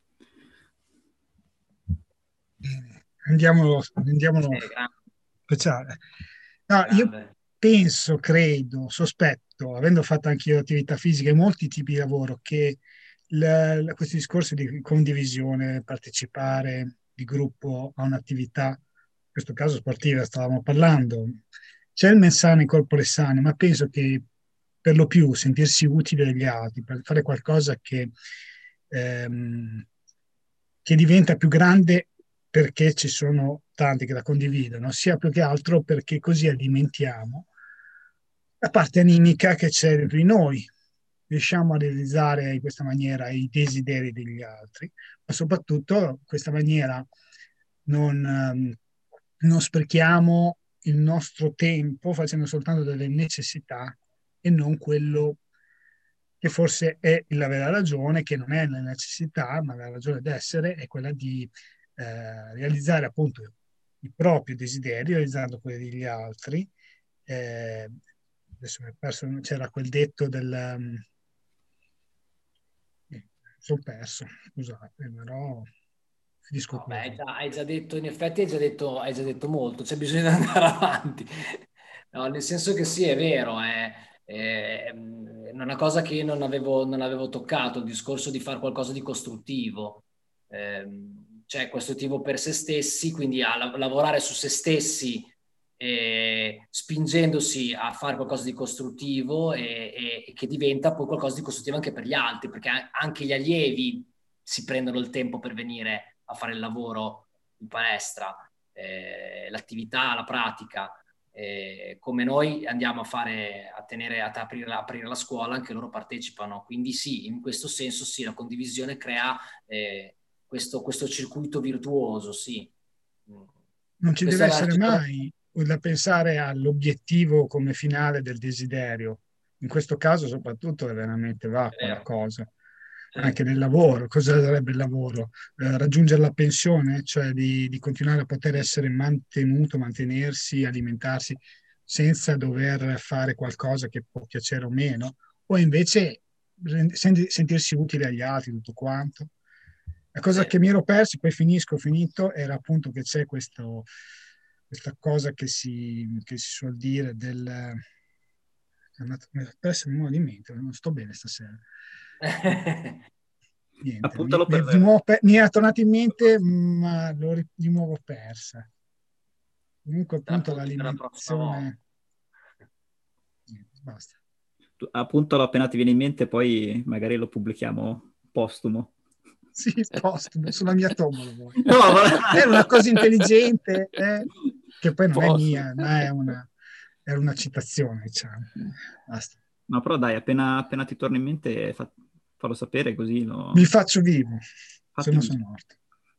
Andiamolo speciale. No, io penso, credo, sospetto, avendo fatto anche io attività fisica e molti tipi di lavoro, che questo discorso di condivisione, partecipare di gruppo a un'attività, in questo caso sportiva stavamo parlando, c'è il mens sana in corpore sano, ma penso che per lo più sentirsi utile agli altri, per fare qualcosa che diventa più grande perché ci sono tanti che la condividono, sia più che altro perché così alimentiamo la parte animica che c'è dentro di noi. Riusciamo a realizzare in questa maniera i desideri degli altri, ma soprattutto in questa maniera non sprechiamo il nostro tempo facendo soltanto delle necessità e non quello che forse è la vera ragione, che non è la necessità, ma la ragione d'essere è quella di realizzare appunto i propri desideri, realizzando quelli degli altri. Adesso mi è perso, c'era quel detto del... sono perso, scusate, però finisco No, qui. hai già detto, in effetti hai già detto molto, c'è bisogno di andare avanti. No, nel senso che sì, è vero, è una cosa che io non avevo toccato, il discorso di fare qualcosa di costruttivo. Cioè questo tipo per se stessi, quindi a lavorare su se stessi, spingendosi a fare qualcosa di costruttivo e che diventa poi qualcosa di costruttivo anche per gli altri, perché anche gli allievi si prendono il tempo per venire a fare il lavoro in palestra, l'attività, la pratica. Come noi andiamo ad aprire la scuola, anche loro partecipano, quindi sì, in questo senso sì, la condivisione crea questo circuito virtuoso, sì. Non ci deve essere mai da pensare all'obiettivo come finale del desiderio. In questo caso soprattutto è veramente vacua la cosa. Anche nel lavoro, cosa sarebbe il lavoro? Raggiungere la pensione, cioè di continuare a poter essere mantenersi, alimentarsi senza dover fare qualcosa che può piacere o meno, o invece sentirsi utile agli altri, tutto quanto. La cosa che mi ero perso, poi finito, era appunto che c'è questa cosa che si suol dire del... Adesso non di mente, non sto bene stasera. Niente, mi è tornato in mente, ma l'ho di nuovo persa. Comunque appunto l'alimentazione... Basta. Appunto appena ti viene in mente, poi magari lo pubblichiamo postumo. Sì, postumo, sulla mia tomba. No, era una cosa intelligente, che poi non è mia, ma era una citazione, diciamo. Basta. No, però dai, appena ti torna in mente, fallo sapere così lo... Mi faccio vivo, se non sono morto.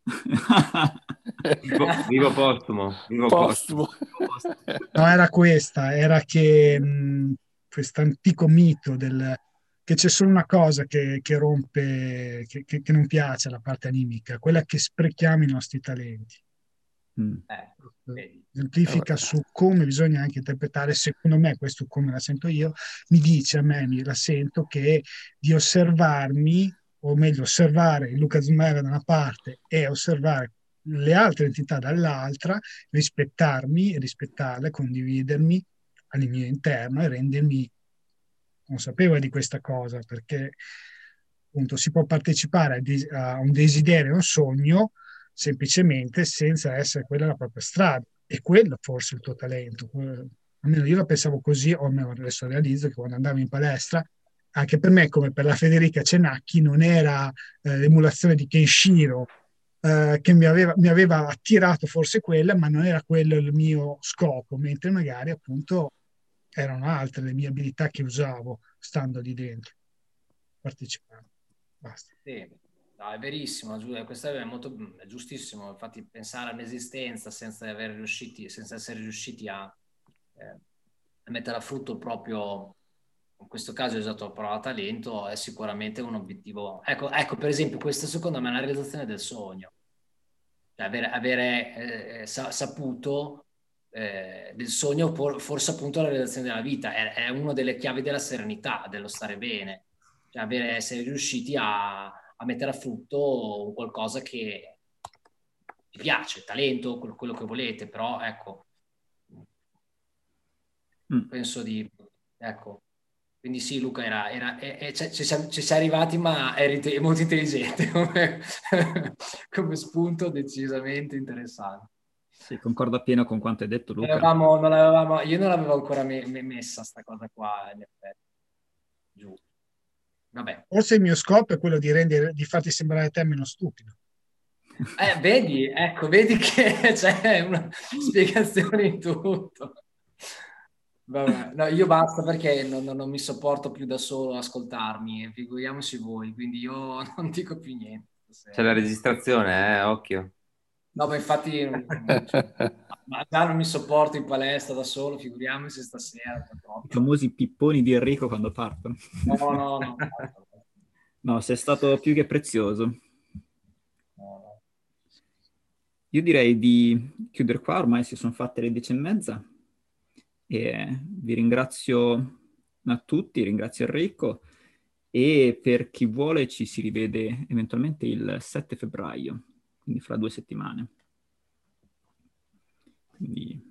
Vivo postumo. No, era che questo antico mito che c'è solo una cosa che rompe, che non piace alla parte animica, quella che sprechiamo i nostri talenti. Semplifica su come bisogna anche interpretare, secondo me, questo come la sento io, mi la sento che di osservarmi, o meglio osservare Luca Zumera da una parte e osservare le altre entità dall'altra, rispettarmi e rispettarle, condividermi al mio interno e rendermi consapevole di questa cosa, perché appunto si può partecipare a un desiderio, a un sogno, semplicemente senza essere quella la propria strada. E quello forse è il tuo talento. Almeno io la pensavo così, o almeno adesso realizzo che quando andavo in palestra, anche per me, come per la Federica Cenacchi, non era l'emulazione di Kenshiro, che mi aveva attirato forse quella, ma non era quello il mio scopo, mentre magari appunto erano altre le mie abilità che usavo stando lì dentro, partecipando. Basta. Sì, no, è verissimo, questo è molto è giustissimo. Infatti, pensare all'esistenza senza essere riusciti a mettere a frutto proprio, in questo caso ho usato la parola talento, è sicuramente un obiettivo. Ecco, per esempio, questa secondo me è una realizzazione del sogno. Cioè, avere saputo del sogno, forse appunto la realizzazione della vita, è una delle chiavi della serenità, dello stare bene. Cioè, essere riusciti a mettere a frutto un qualcosa che ti piace, talento, quello che volete, però ecco, penso di... Ecco. Quindi sì, Luca, ci sei arrivati, ma eri molto intelligente come spunto, decisamente interessante. Sì, concordo appieno con quanto hai detto, Luca. Io non l'avevo ancora messa sta cosa qua, in effetti. Giù. Vabbè. Forse il mio scopo è quello di farti sembrare te meno stupido. Vedi che c'è una spiegazione in tutto. Vabbè. No, io basta perché non mi sopporto più da solo ascoltarmi, figuriamoci voi, quindi io non dico più niente. C'è la registrazione, occhio. No, ma infatti ma già non mi sopporto in palestra da solo, figuriamoci stasera. I famosi pipponi di Enrico quando partono. No. No, sei stato più che prezioso. No. Io direi di chiudere qua, ormai si sono fatte le 10:30 e vi ringrazio a tutti, ringrazio Enrico e per chi vuole ci si rivede eventualmente il 7 febbraio, quindi fra 2 settimane. Quindi